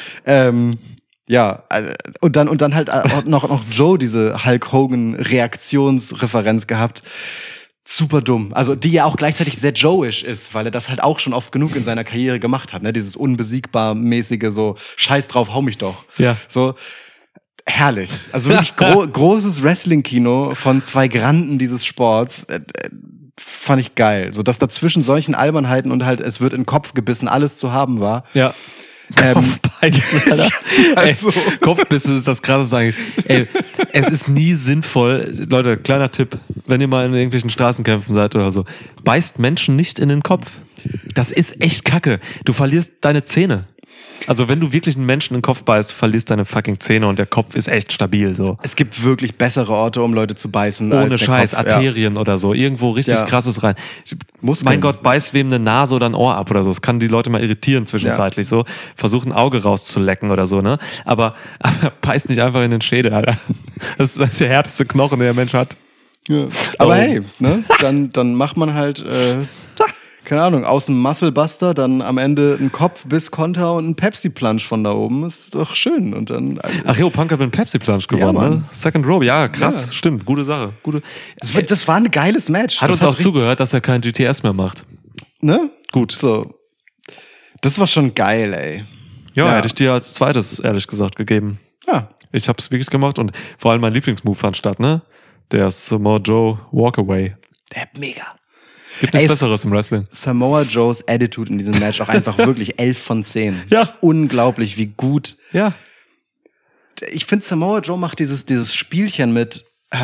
Ja, und dann halt auch noch Joe diese Hulk Hogan Reaktionsreferenz gehabt. Super dumm. Also die ja auch gleichzeitig sehr Joe-ish ist, weil er das halt auch schon oft genug in seiner Karriere gemacht hat, ne? Dieses unbesiegbar-mäßige so, scheiß drauf, hau mich doch. Ja. So, herrlich. Also wirklich großes Wrestling-Kino von zwei Granden dieses Sports. Fand ich geil. So, dass dazwischen solchen Albernheiten und halt, es wird in den Kopf gebissen, alles zu haben war. Ja. Kopfbeißen, Alter. Also. Kopfbissen ist das Krasseste eigentlich. Ey, es ist nie sinnvoll. Leute, kleiner Tipp. Wenn ihr mal in irgendwelchen Straßenkämpfen seid oder so, beißt Menschen nicht in den Kopf. Das ist echt Kacke. Du verlierst deine Zähne. Also wenn du wirklich einen Menschen in den Kopf beißt, verlierst deine fucking Zähne und der Kopf ist echt stabil. So. Es gibt wirklich bessere Orte, um Leute zu beißen. Ohne als der Scheiß, Kopf. Arterien oder so. Irgendwo richtig krasses rein. Mein Gott, beiß wem eine Nase oder ein Ohr ab oder so. Das kann die Leute mal irritieren zwischenzeitlich. So. Versuch ein Auge rauszulecken oder so, ne? Aber beiß nicht einfach in den Schädel, Alter. Das ist der härteste Knochen, den der Mensch hat. Ja. Aber hey, ne? Dann macht man halt... keine Ahnung, aus dem Musclebuster dann am Ende ein Kopf-Biss-Konter und ein Pepsi-Plunge von da oben. Ist doch schön. Und dann. Ach jo, Punk hat mit einem Pepsi-Plunge gewonnen, ne? Second Row, ja, krass, stimmt, gute Sache. Das war ein geiles Match. Hat uns auch zugehört, dass er kein GTS mehr macht. Ne? Gut. So. Das war schon geil, ey. Ja, hätte ich dir als zweites, ehrlich gesagt, gegeben. Ja. Ich hab's wirklich gemacht und vor allem mein Lieblingsmove fand statt, ne? Der Samoa Joe Walkaway. Der mega. Gibt nichts Besseres im Wrestling. Samoa Joes Attitude in diesem Match auch einfach wirklich 11 von 10. Ja. Das ist unglaublich, wie gut. Ja. Ich finde, Samoa Joe macht dieses Spielchen mit,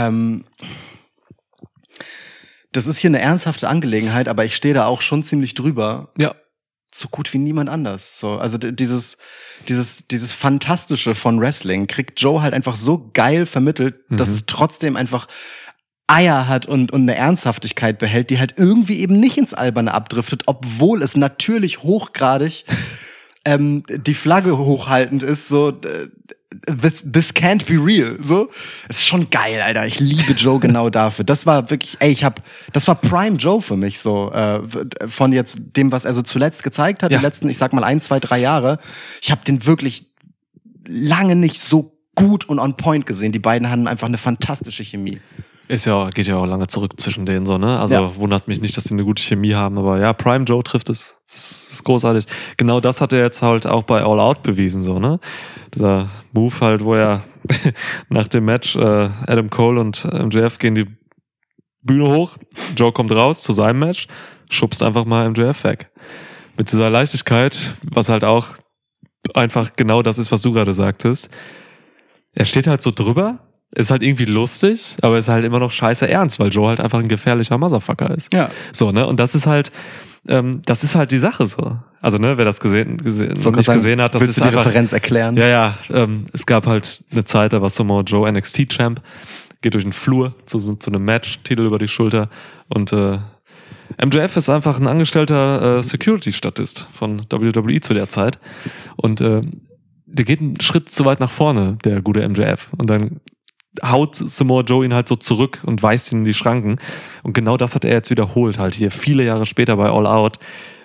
das ist hier eine ernsthafte Angelegenheit, aber ich stehe da auch schon ziemlich drüber. Ja. So gut wie niemand anders. So, also dieses Fantastische von Wrestling kriegt Joe halt einfach so geil vermittelt, dass es trotzdem einfach Eier hat und eine Ernsthaftigkeit behält, die halt irgendwie eben nicht ins Alberne abdriftet, obwohl es natürlich hochgradig die Flagge hochhaltend ist, so this can't be real. So, es ist schon geil, Alter. Ich liebe Joe genau dafür. Das war wirklich, das war Prime Joe für mich, so von jetzt dem, was er so zuletzt gezeigt hat, die letzten, ich sag mal 1, 2, 3 Jahre. Ich habe den wirklich lange nicht so gut und on point gesehen. Die beiden hatten einfach eine fantastische Chemie. Geht ja auch lange zurück zwischen denen so, ne? Also wundert mich nicht, dass die eine gute Chemie haben, aber ja, Prime Joe trifft es. Das ist großartig. Genau das hat er jetzt halt auch bei All Out bewiesen, so, ne? Dieser Move halt, wo er nach dem Match Adam Cole und MJF gehen die Bühne hoch, Joe kommt raus zu seinem Match, schubst einfach mal MJF weg. Mit dieser Leichtigkeit, was halt auch einfach genau das ist, was du gerade sagtest. Er steht halt so drüber, ist halt irgendwie lustig, aber ist halt immer noch scheiße ernst, weil Joe halt einfach ein gefährlicher Motherfucker ist. Ja. So, ne? Und das ist halt die Sache so. Also, ne, wer das gesehen hat, das willst ist du die Referenz erklären? Ja, es gab halt eine Zeit, da war Samoa Joe NXT-Champ, geht durch den Flur zu einem Match, Titel über die Schulter und MJF ist einfach ein angestellter Security-Statist von WWE zu der Zeit und der geht einen Schritt zu weit nach vorne, der gute MJF, und dann haut Samoa Joe ihn halt so zurück und weist ihn in die Schranken. Und genau das hat er jetzt wiederholt halt hier viele Jahre später bei All Out,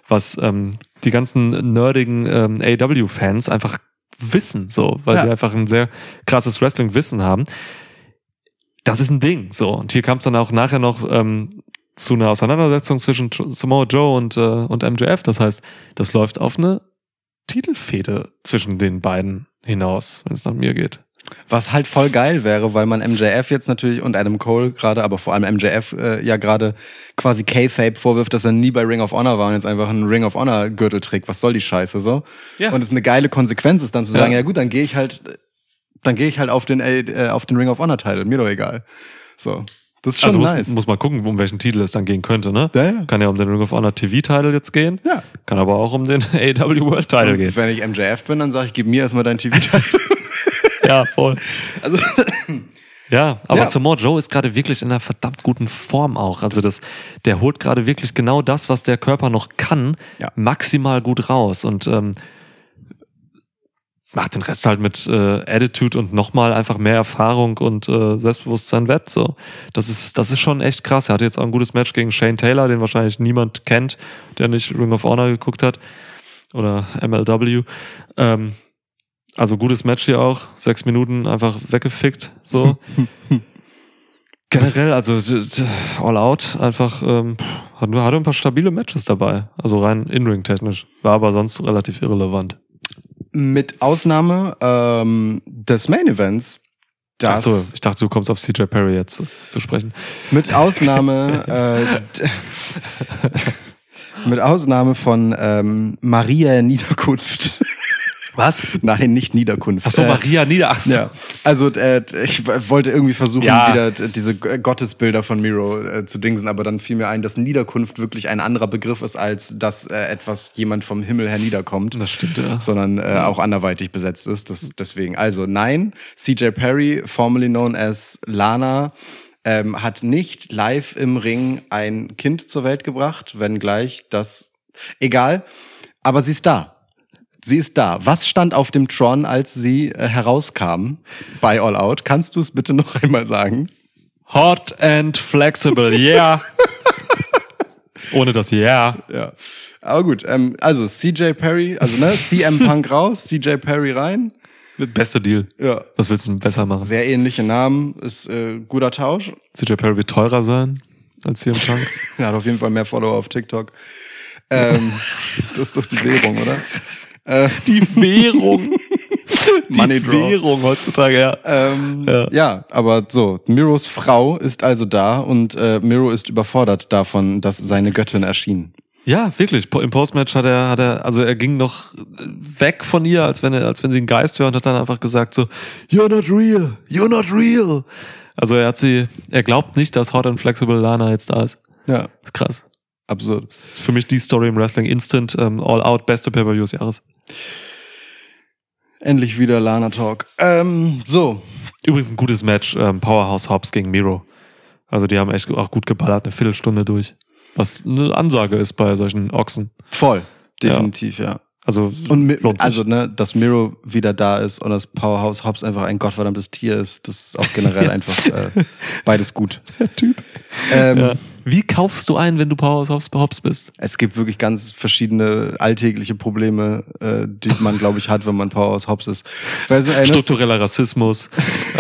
was die ganzen nerdigen AEW-Fans einfach wissen, so, weil sie einfach ein sehr krasses Wrestling-Wissen haben. Das ist ein Ding, so. Und hier kam es dann auch nachher noch zu einer Auseinandersetzung zwischen Samoa Joe und MJF. Das heißt, das läuft auf eine Titelfehde zwischen den beiden hinaus, wenn es nach mir geht. Was halt voll geil wäre, weil man MJF jetzt natürlich und Adam Cole gerade, aber vor allem MJF ja gerade quasi Kayfabe vorwirft, dass er nie bei Ring of Honor war und jetzt einfach einen Ring of Honor Gürtel trägt. Was soll die Scheiße so? Ja. Und es eine geile Konsequenz ist dann zu sagen, ja gut, dann gehe ich halt auf den Ring of Honor Titel, mir doch egal. So. Das ist schon nice. Muss man gucken, um welchen Titel es dann gehen könnte, ne? Ja. Kann ja um den Ring of Honor TV-Titel jetzt gehen. Ja. Kann aber auch um den AEW World Title gehen. Wenn ich MJF bin, dann sage ich, gib mir erstmal deinen TV-Titel. Ja, voll. Also, ja, aber Samoa Joe ist gerade wirklich in einer verdammt guten Form auch. Also der holt gerade wirklich genau das, was der Körper noch kann, maximal gut raus und macht den Rest halt mit Attitude und nochmal einfach mehr Erfahrung und Selbstbewusstsein wett. So. Das ist schon echt krass. Er hatte jetzt auch ein gutes Match gegen Shane Taylor, den wahrscheinlich niemand kennt, der nicht Ring of Honor geguckt hat. Oder MLW. Also gutes Match hier auch. 6 Minuten einfach weggefickt. So. Generell, also All Out einfach hatte ein paar stabile Matches dabei. Also rein in-ring technisch. War aber sonst relativ irrelevant. Mit Ausnahme des Main Events. Achso, ich dachte, du kommst auf CJ Perry jetzt zu sprechen. Mit Ausnahme von Maria Niederkunft. Was? Nein, nicht Niederkunft. Achso, Maria Niederkunft. Ja. Also ich wollte irgendwie versuchen, wieder diese Gottesbilder von Miro zu dingsen, aber dann fiel mir ein, dass Niederkunft wirklich ein anderer Begriff ist, als dass jemand vom Himmel herniederkommt. Das stimmt, ja. Sondern auch anderweitig besetzt ist. Deswegen. Also nein, CJ Perry, formerly known as Lana, hat nicht live im Ring ein Kind zur Welt gebracht, wenngleich das... Egal, aber sie ist da. Sie ist da. Was stand auf dem Tron, als sie herauskam bei All Out? Kannst du es bitte noch einmal sagen? Hot and flexible, yeah. Ohne das yeah. Ja. Aber gut, also CJ Perry, also CM Punk raus, CJ Perry rein. Bester Deal. Ja. Was willst du besser machen? Sehr ähnliche Namen, ist guter Tausch. CJ Perry wird teurer sein als CM Punk. Er hat auf jeden Fall mehr Follower auf TikTok. Das ist doch die Währung, oder? Die Währung. Money Draw. Währung heutzutage, ja. Ja, aber so, Miros Frau ist also da und Miro ist überfordert davon, dass seine Göttin erschien. Ja, wirklich. Im Postmatch hat er ging noch weg von ihr, als wenn sie ein Geist wäre und hat dann einfach gesagt so, you're not real. Also er glaubt nicht, dass Hot and Flexible Lana jetzt da ist. Ja. Das ist krass. Absurd. Das ist für mich die Story im Wrestling Instant, All Out, beste Pay-Per-View des Jahres. Endlich wieder Lana Talk. So. Übrigens ein gutes Match, Powerhouse Hobbs gegen Miro. Also die haben echt auch gut geballert, eine Viertelstunde durch. Was eine Ansage ist bei solchen Ochsen. Voll, definitiv, ja. Also, dass Miro wieder da ist und das Powerhouse Hobbs einfach ein gottverdammtes Tier ist, das ist auch generell einfach beides gut. Der Typ. Wie kaufst du ein, wenn du Powerhouse Hobbs bist? Es gibt wirklich ganz verschiedene alltägliche Probleme, die man, glaube ich, hat, wenn man Powerhouse Hobbs ist. Struktureller Rassismus.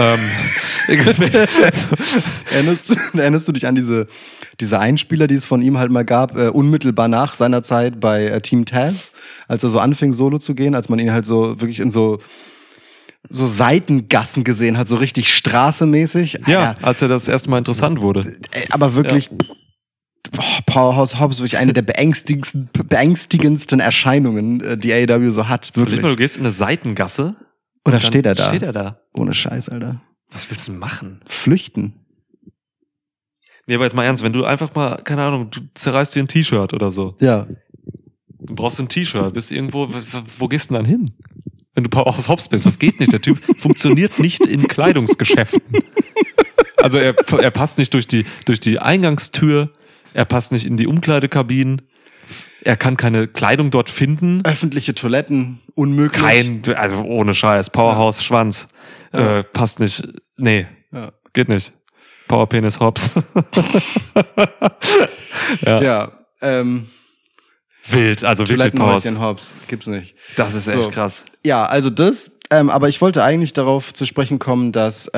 Erinnerst du dich an diese Einspieler, die es von ihm halt mal gab, unmittelbar nach seiner Zeit bei Team Taz, als er so anfing, Solo zu gehen, als man ihn halt so wirklich in so Seitengassen gesehen hat, so richtig straßemäßig. Ja, als er das erste Mal interessant wurde. Aber wirklich, Powerhouse Hobbs wirklich eine der beängstigendsten Erscheinungen, die AEW so hat. Wirklich. Du gehst in eine Seitengasse. Oder steht er da? Steht er da? Ohne Scheiß, Alter. Was willst du machen? Flüchten. Nee, aber jetzt mal ernst, wenn du einfach mal, keine Ahnung, du zerreißt dir ein T-Shirt oder so. Ja. Du brauchst ein T-Shirt, bist irgendwo, wo gehst du denn dann hin? Wenn du Powerhouse Hobbs bist, das geht nicht. Der Typ funktioniert nicht in Kleidungsgeschäften. Also er passt nicht durch die Eingangstür, er passt nicht in die Umkleidekabinen, er kann keine Kleidung dort finden. Öffentliche Toiletten, unmöglich. Also ohne Scheiß, Powerhouse Schwanz, passt nicht. Nee, geht nicht. Powerpenis Hobbs. Ja. Wild, also wirklich Toilettenhäuschen Hobbs, gibt's nicht. Das ist echt krass. Ja, also das, aber ich wollte eigentlich darauf zu sprechen kommen, dass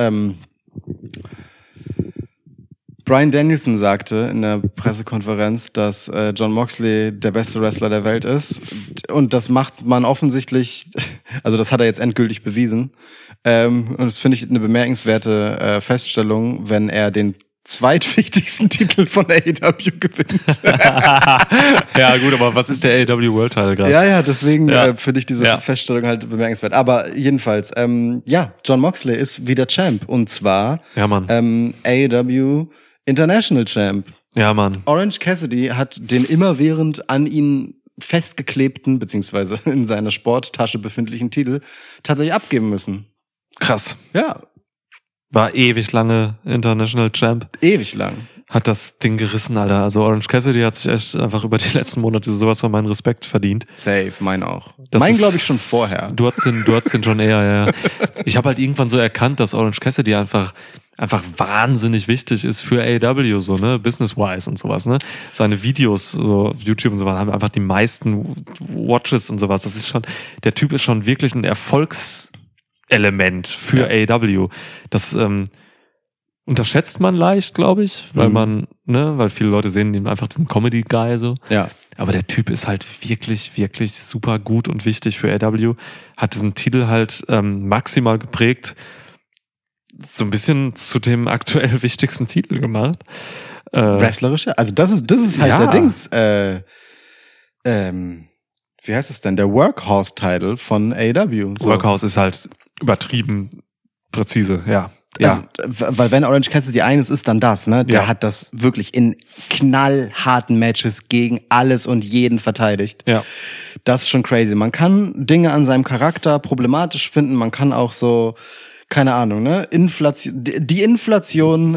Bryan Danielson sagte in der Pressekonferenz, dass Jon Moxley der beste Wrestler der Welt ist. Und das macht man offensichtlich, also das hat er jetzt endgültig bewiesen. Und das finde ich eine bemerkenswerte Feststellung, wenn er den zweitwichtigsten Titel von AEW gewinnt. Ja gut, aber was ist der AEW World Title gerade? Ja, deswegen finde ich diese Feststellung halt bemerkenswert. Aber jedenfalls, Jon Moxley ist wieder Champ. Und zwar AEW International Champ. Ja, Mann. Orange Cassidy hat den immerwährend an ihn festgeklebten, beziehungsweise in seiner Sporttasche befindlichen Titel tatsächlich abgeben müssen. Krass. Ja. War ewig lange International Champ. Ewig lang. Hat das Ding gerissen, Alter. Also Orange Cassidy hat sich echt einfach über die letzten Monate sowas von meinem Respekt verdient. Safe, mein auch. Mein glaube ich schon vorher. Du hattest den schon eher, ja. Ich habe halt irgendwann so erkannt, dass Orange Cassidy einfach wahnsinnig wichtig ist für AEW, so, ne, business-wise und sowas, ne. Seine Videos, so, auf YouTube und sowas, haben einfach die meisten Watches und sowas. Das ist schon, der Typ ist schon wirklich ein Erfolgselement für AEW. Das, unterschätzt man leicht, glaube ich, weil weil viele Leute sehen ihn einfach diesen Comedy-Guy, so. Ja. Aber der Typ ist halt wirklich, wirklich super gut und wichtig für AEW. Hat diesen Titel halt, maximal geprägt, so ein bisschen zu dem aktuell wichtigsten Titel gemacht. Wrestlerische? Also das ist halt der Dings. Wie heißt es denn? Der Workhorse-Title von AEW. So. Workhorse ist halt übertrieben präzise, ja. Also, weil wenn Orange Cassidy eines ist, dann das, ne? Der hat das wirklich in knallharten Matches gegen alles und jeden verteidigt. Ja. Das ist schon crazy. Man kann Dinge an seinem Charakter problematisch finden, man kann auch so, keine Ahnung, ne? Die Inflation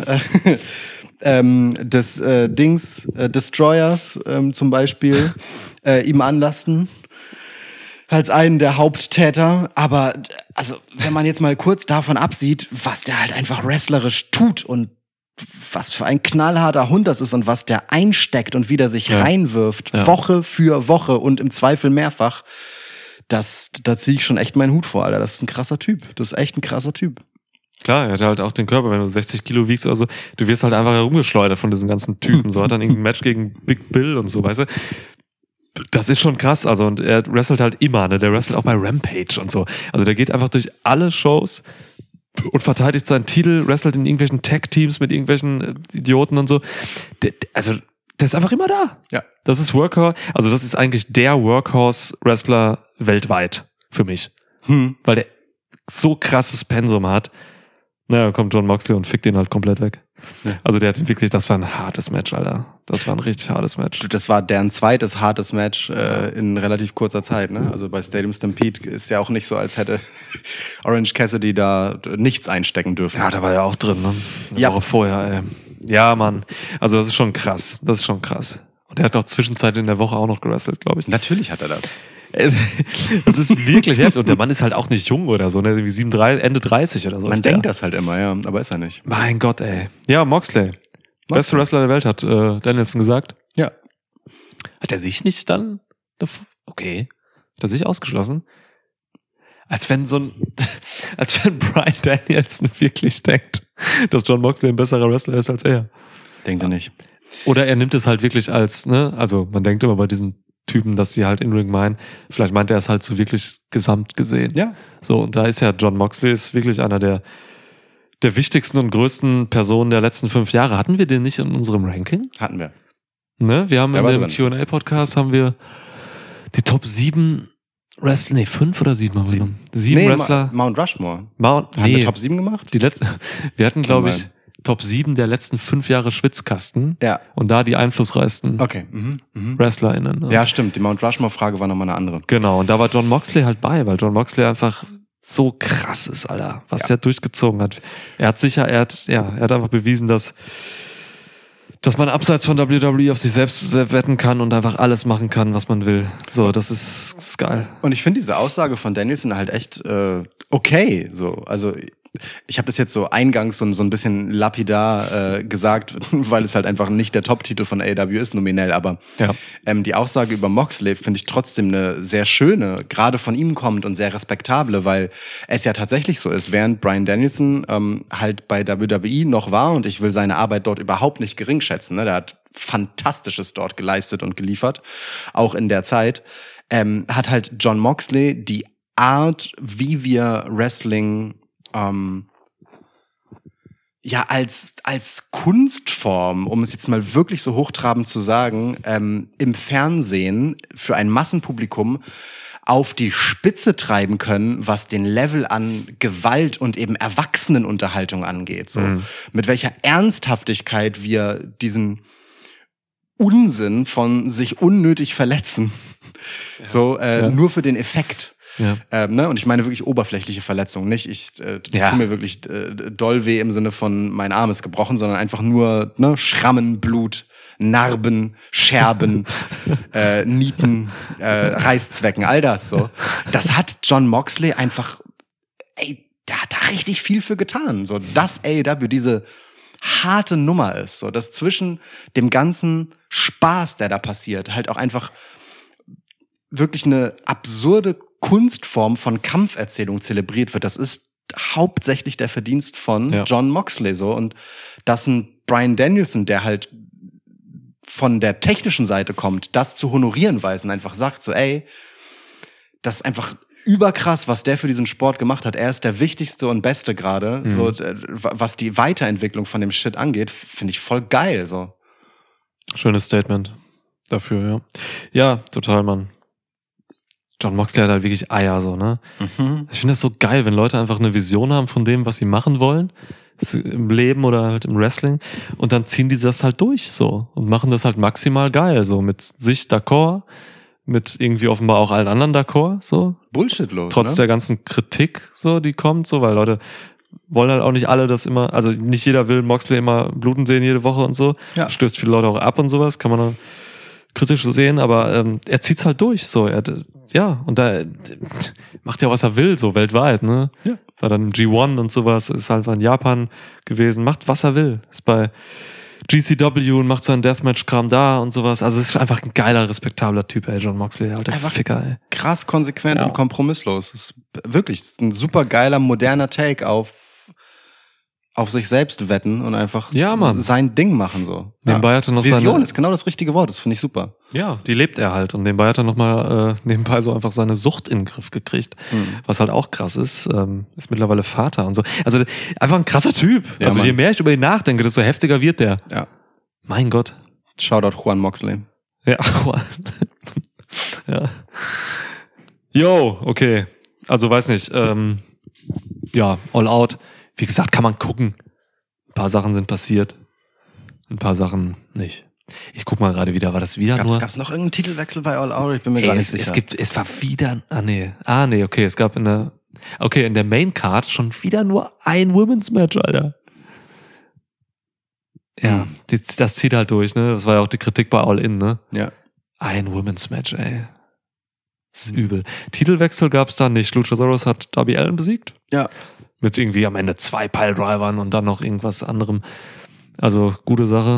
des Destroyers zum Beispiel ihm anlasten. Als einen der Haupttäter, aber also wenn man jetzt mal kurz davon absieht, was der halt einfach wrestlerisch tut und was für ein knallharter Hund das ist und was der einsteckt und wieder sich reinwirft, Woche für Woche und im Zweifel mehrfach, da ziehe ich schon echt meinen Hut vor, Alter. Das ist ein krasser Typ. Das ist echt ein krasser Typ. Klar, er hat halt auch den Körper, wenn du 60 Kilo wiegst oder so, du wirst halt einfach herumgeschleudert von diesen ganzen Typen. So hat dann irgendein Match gegen Big Bill und so, weißt du. Das ist schon krass, also, und er wrestelt halt immer, ne, der wrestelt auch bei Rampage und so. Also der geht einfach durch alle Shows und verteidigt seinen Titel, wrestelt in irgendwelchen Tag-Teams mit irgendwelchen Idioten und so. Der ist einfach immer da. Ja. Das ist Workhorse, also das ist eigentlich der Workhorse-Wrestler weltweit für mich. Weil der so krasses Pensum hat. Naja, kommt Jon Moxley und fickt ihn halt komplett weg. Ja. Also der hat wirklich, das war ein hartes Match, Alter. Das war ein richtig hartes Match. Das war deren zweites hartes Match in relativ kurzer Zeit, ne? Also bei Stadium Stampede ist ja auch nicht so, als hätte Orange Cassidy da nichts einstecken dürfen. Ja, da war er auch drin, ne? Eine Woche vorher, ey. Ja, Mann. Also das ist schon krass. Das ist schon krass. Und er hat noch zwischenzeitlich in der Woche auch noch gewrestelt, glaube ich. Natürlich hat er das. Das ist wirklich heftig. Und der Mann ist halt auch nicht jung oder so, ne? Wie 37, Ende 30 oder so. Man denkt das halt immer, ja, aber ist er nicht. Mein Gott, ey. Ja, Moxley. Beste Wrestler der Welt, hat Danielson gesagt. Ja. Hat er sich nicht dann? Okay. Hat er sich ausgeschlossen? Als wenn Bryan Danielson wirklich denkt, dass Jon Moxley ein besserer Wrestler ist als er. Denkt er nicht. Oder er nimmt es halt wirklich als, ne, also man denkt immer bei diesen Typen, dass sie halt In-Ring meinen, vielleicht meint er es halt so wirklich gesamt gesehen. Ja. So, und da ist ja Jon Moxley ist wirklich einer der wichtigsten und größten Personen der letzten 5 Jahre. Hatten wir den nicht in unserem Ranking? Hatten wir. Ne? Wir haben in dem Q&A-Podcast haben wir die Top 7 Wrestler, 5 oder 7 haben wir genommen. 7 Wrestler. Mount Rushmore. Haben wir Top 7 gemacht? Wir hatten, glaube ich, Top 7 der letzten 5 Jahre Schwitzkasten. Ja. Und da die einflussreichsten WrestlerInnen. Und ja, stimmt. Die Mount Rushmore-Frage war nochmal eine andere. Genau. Und da war Jon Moxley halt bei, weil Jon Moxley einfach so krass ist, Alter, was der durchgezogen hat. Er hat einfach bewiesen, dass man abseits von WWE auf sich selbst wetten kann und einfach alles machen kann, was man will. So, das ist geil. Und ich finde diese Aussage von Danielson halt echt okay. So, also ich habe das jetzt so eingangs so ein bisschen lapidar gesagt, weil es halt einfach nicht der Top-Titel von AEW ist, nominell, aber die Aussage über Moxley finde ich trotzdem eine sehr schöne, gerade von ihm kommt und sehr respektable, weil es ja tatsächlich so ist, während Bryan Danielson halt bei WWE noch war und ich will seine Arbeit dort überhaupt nicht geringschätzen, ne? Der hat Fantastisches dort geleistet und geliefert, auch in der Zeit, hat halt Jon Moxley die Art, wie wir Wrestling als Kunstform, um es jetzt mal wirklich so hochtrabend zu sagen, im Fernsehen für ein Massenpublikum auf die Spitze treiben können, was den Level an Gewalt und eben Erwachsenenunterhaltung angeht. So. Mit welcher Ernsthaftigkeit wir diesen Unsinn von sich unnötig verletzen, nur für den Effekt. Ja. Und ich meine wirklich oberflächliche Verletzungen, nicht ich tue mir wirklich doll weh im Sinne von mein Arm ist gebrochen, sondern einfach nur Schrammen, Blut, Narben, Scherben, Nieten, Reißzwecken, all das so. Das hat Jon Moxley einfach, der hat da richtig viel für getan. So, dass AEW diese harte Nummer ist, so, dass zwischen dem ganzen Spaß, der da passiert, halt auch einfach wirklich eine absurde Kunstform von Kampferzählung zelebriert wird. Das ist hauptsächlich der Verdienst von Jon Moxley so und dass ein Bryan Danielson, der halt von der technischen Seite kommt, das zu honorieren weiß und einfach sagt so, das ist einfach überkrass, was der für diesen Sport gemacht hat. Er ist der wichtigste und beste gerade, so was die Weiterentwicklung von dem Shit angeht, finde ich voll geil so. Schönes Statement dafür, ja. Ja, total, Mann. Jon Moxley hat halt wirklich Eier, so, ne? Ich finde das so geil, wenn Leute einfach eine Vision haben von dem, was sie machen wollen, im Leben oder halt im Wrestling, und dann ziehen die das halt durch, so, und machen das halt maximal geil, so, mit sich d'accord, mit irgendwie offenbar auch allen anderen d'accord, so. Bullshitlos, trotz der ganzen Kritik, so, die kommt, so, weil Leute wollen halt auch nicht alle das immer, also nicht jeder will Moxley immer bluten sehen jede Woche und so. Ja. Stößt viele Leute auch ab und sowas, kann man auch kritisch sehen, aber er zieht's halt durch, so, und da macht ja, was er will, so weltweit, ne? Ja. War dann im G1 und sowas, ist halt in Japan gewesen, macht, was er will. Ist bei GCW und macht seinen Deathmatch-Kram da und sowas. Also ist einfach ein geiler, respektabler Typ, Jon Moxley, alter Ficker, ey. Krass konsequent und kompromisslos. Ist wirklich ein super geiler, moderner Take auf sich selbst wetten und einfach sein Ding machen, so. Nebenbei hat er noch Vision ist genau das richtige Wort, das finde ich super. Ja, die lebt er halt. Und nebenbei hat er nochmal nebenbei so einfach seine Sucht in den Griff gekriegt. Was halt auch krass ist. Ist mittlerweile Vater und so. Also einfach ein krasser Typ. Ja, also je mehr ich über ihn nachdenke, desto heftiger wird der. Ja. Mein Gott. Shoutout Juan Moxley. Ja, Juan. Ja. Yo, okay. Also weiß nicht. All Out. Wie gesagt, kann man gucken. Ein paar Sachen sind passiert. Ein paar Sachen nicht. Ich guck mal gerade wieder, war das wieder Gab's noch irgendeinen Titelwechsel bei All Out? Ich bin mir gar nicht sicher. Es war wieder, okay, es gab in der Main Card schon wieder nur ein Women's Match, Alter. Ja, das zieht halt durch, ne? Das war ja auch die Kritik bei All In, ne? Ja. Ein Women's Match, ey. Das ist übel. Titelwechsel gab's da nicht. Luchasaurus hat Darby Allin besiegt. Ja. Mit irgendwie am Ende 2 Piledrivern und dann noch irgendwas anderem. Also, gute Sache.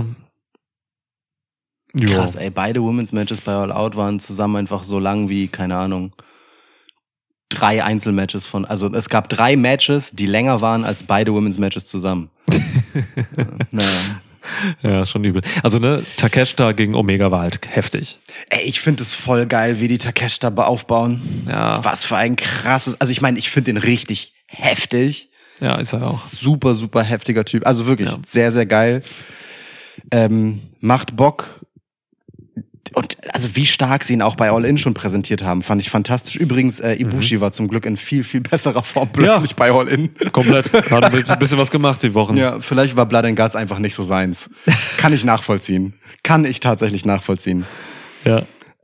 Jo. Krass, ey, beide Women's Matches bei All Out waren zusammen einfach so lang wie, keine Ahnung, 3 Einzelmatches also es gab 3 Matches, die länger waren als beide Women's Matches zusammen. Naja. Ja, schon übel. Also, Takeshita gegen Omega war halt heftig. Ey, ich finde es voll geil, wie die Takeshita aufbauen. Ja. Was für ein krasses, also ich meine, ich finde den richtig heftig. Ja, ist er auch. Super, super heftiger Typ. Also wirklich sehr, sehr geil. Macht Bock. Und also wie stark sie ihn auch bei All In schon präsentiert haben, fand ich fantastisch. Übrigens, Ibushi war zum Glück in viel, viel besserer Form plötzlich bei All In. Komplett. Hat ein bisschen was gemacht die Wochen. Ja, vielleicht war Blood and Guts einfach nicht so seins. Kann ich nachvollziehen. Kann ich tatsächlich nachvollziehen. Ja.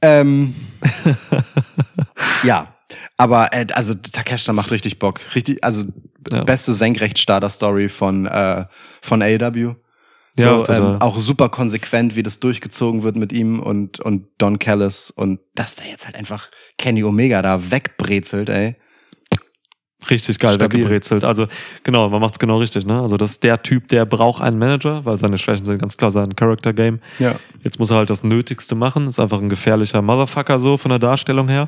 Ja. Aber also Takeshita macht richtig Bock. Richtig, also beste Senkrechtstarter-Story von AEW. So, ja, auch super konsequent, wie das durchgezogen wird mit ihm und Don Callis und dass der jetzt halt einfach Kenny Omega da wegbrezelt, ey. Richtig geil Stabil. weggebrezelt. Also genau, man macht's genau richtig. Ne? Also das ist der Typ, der braucht einen Manager, weil seine Schwächen sind ganz klar sein Character-Game. Ja. Jetzt muss er halt das Nötigste machen. Ist einfach ein gefährlicher Motherfucker so von der Darstellung her.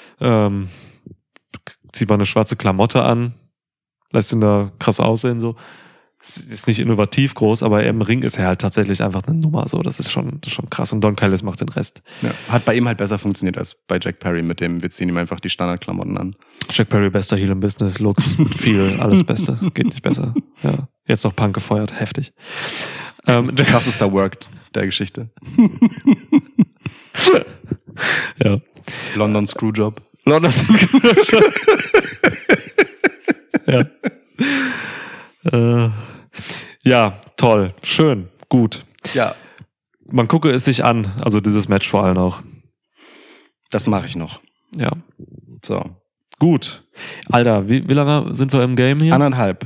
Zieht mal eine schwarze Klamotte an, lässt ihn da krass aussehen so. Ist nicht innovativ groß, aber im Ring ist er halt tatsächlich einfach eine Nummer so. Das ist schon krass. Und Don Callis macht den Rest. Ja. Hat bei ihm halt besser funktioniert als bei Jack Perry, mit dem wir ziehen ihm einfach die Standardklamotten an. Jack Perry, bester Heel im Business, Looks, viel, alles Beste. Geht nicht besser. Ja. Jetzt noch Punk gefeuert, heftig. Krassester Work der Geschichte. Ja. London Screwjob. London ja. Ja, toll, schön, gut. Ja. Man gucke es sich an, also dieses Match vor allem auch. Das mache ich noch. Ja. So. Gut. Alter, wie lange sind wir im Game hier? 1,5.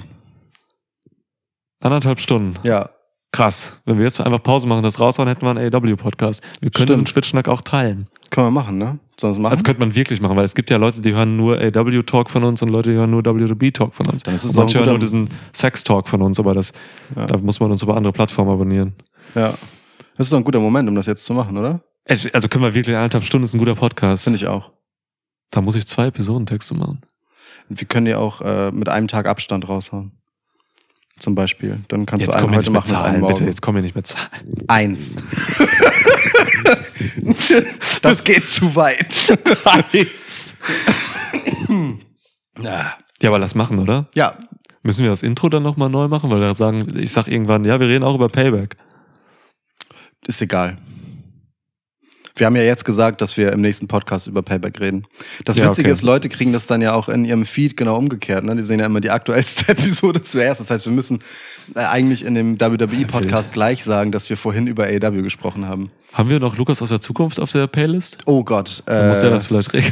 1,5 Stunden. Ja. Krass. Wenn wir jetzt einfach Pause machen, das raushauen, hätten wir einen AEW-Podcast. Wir können diesen Schwitzschnack auch teilen. Können wir machen, ne? Sollen wir es machen? Das könnte man wirklich machen, weil es gibt ja Leute, die hören nur AEW-Talk von uns und Leute, die hören nur WWE-Talk von uns. Dann ist es und manche auch ein hören nur guter- diesen Sex-Talk von uns, aber da muss man uns über andere Plattformen abonnieren. Ja. Das ist doch ein guter Moment, um das jetzt zu machen, oder? Also können wir wirklich 1,5 Stunden, ist ein guter Podcast. Finde ich auch. Da muss ich 2 Episodentexte machen. Und wir können ja auch mit einem Tag Abstand raushauen. Zum Beispiel. Dann kannst Jetzt du komm einen mir heute nicht mit machen und einen Zahlen, morgen. bitte. Jetzt komm mir nicht mit Zahlen. 1. Das geht zu weit. 1. Ja. Ja, aber lass machen, oder? Ja. Müssen wir das Intro dann nochmal neu machen? Weil wir sagen, ich sag irgendwann, ja, wir reden auch über Payback. Ist egal. Wir haben ja jetzt gesagt, dass wir im nächsten Podcast über Payback reden. Das Ja, Witzige okay. ist, Leute kriegen das dann ja auch in ihrem Feed genau umgekehrt. Ne? Die sehen ja immer die aktuellste Episode zuerst. Das heißt, wir müssen eigentlich in dem WWE-Podcast gleich sagen, dass wir vorhin über AEW gesprochen haben. Haben wir noch Lukas aus der Zukunft auf der Playlist? Oh Gott. Dann muss der das vielleicht regeln.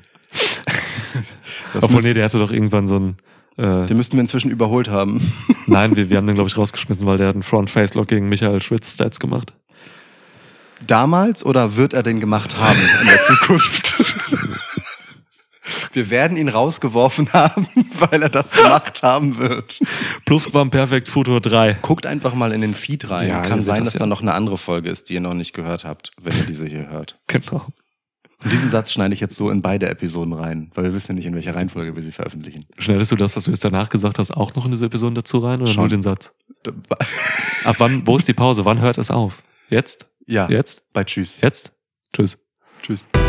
Obwohl, nee, der hatte doch irgendwann so ein... Den müssten wir inzwischen überholt haben. Nein, wir haben den, glaube ich, rausgeschmissen, weil der hat einen Front-Face-Lock gegen Michael Schwitz-Stats gemacht. Damals oder wird er den gemacht haben in der Zukunft? Wir werden ihn rausgeworfen haben, weil er das gemacht haben wird. Plusquamperfekt Futur 3. Guckt einfach mal in den Feed rein. Ja, ihr Kann seht sein, das dass ja. da noch eine andere Folge ist, die ihr noch nicht gehört habt, wenn ihr diese hier hört. Genau. Und diesen Satz schneide ich jetzt so in beide Episoden rein, weil wir wissen ja nicht, in welcher Reihenfolge wir sie veröffentlichen. Schneidest du das, was du jetzt danach gesagt hast, auch noch in diese Episode dazu rein oder Schon. nur den Satz? Ab wann, wo ist die Pause? Wann hört es auf? Jetzt? Ja, Jetzt? bei Tschüss. Jetzt? Tschüss. Tschüss.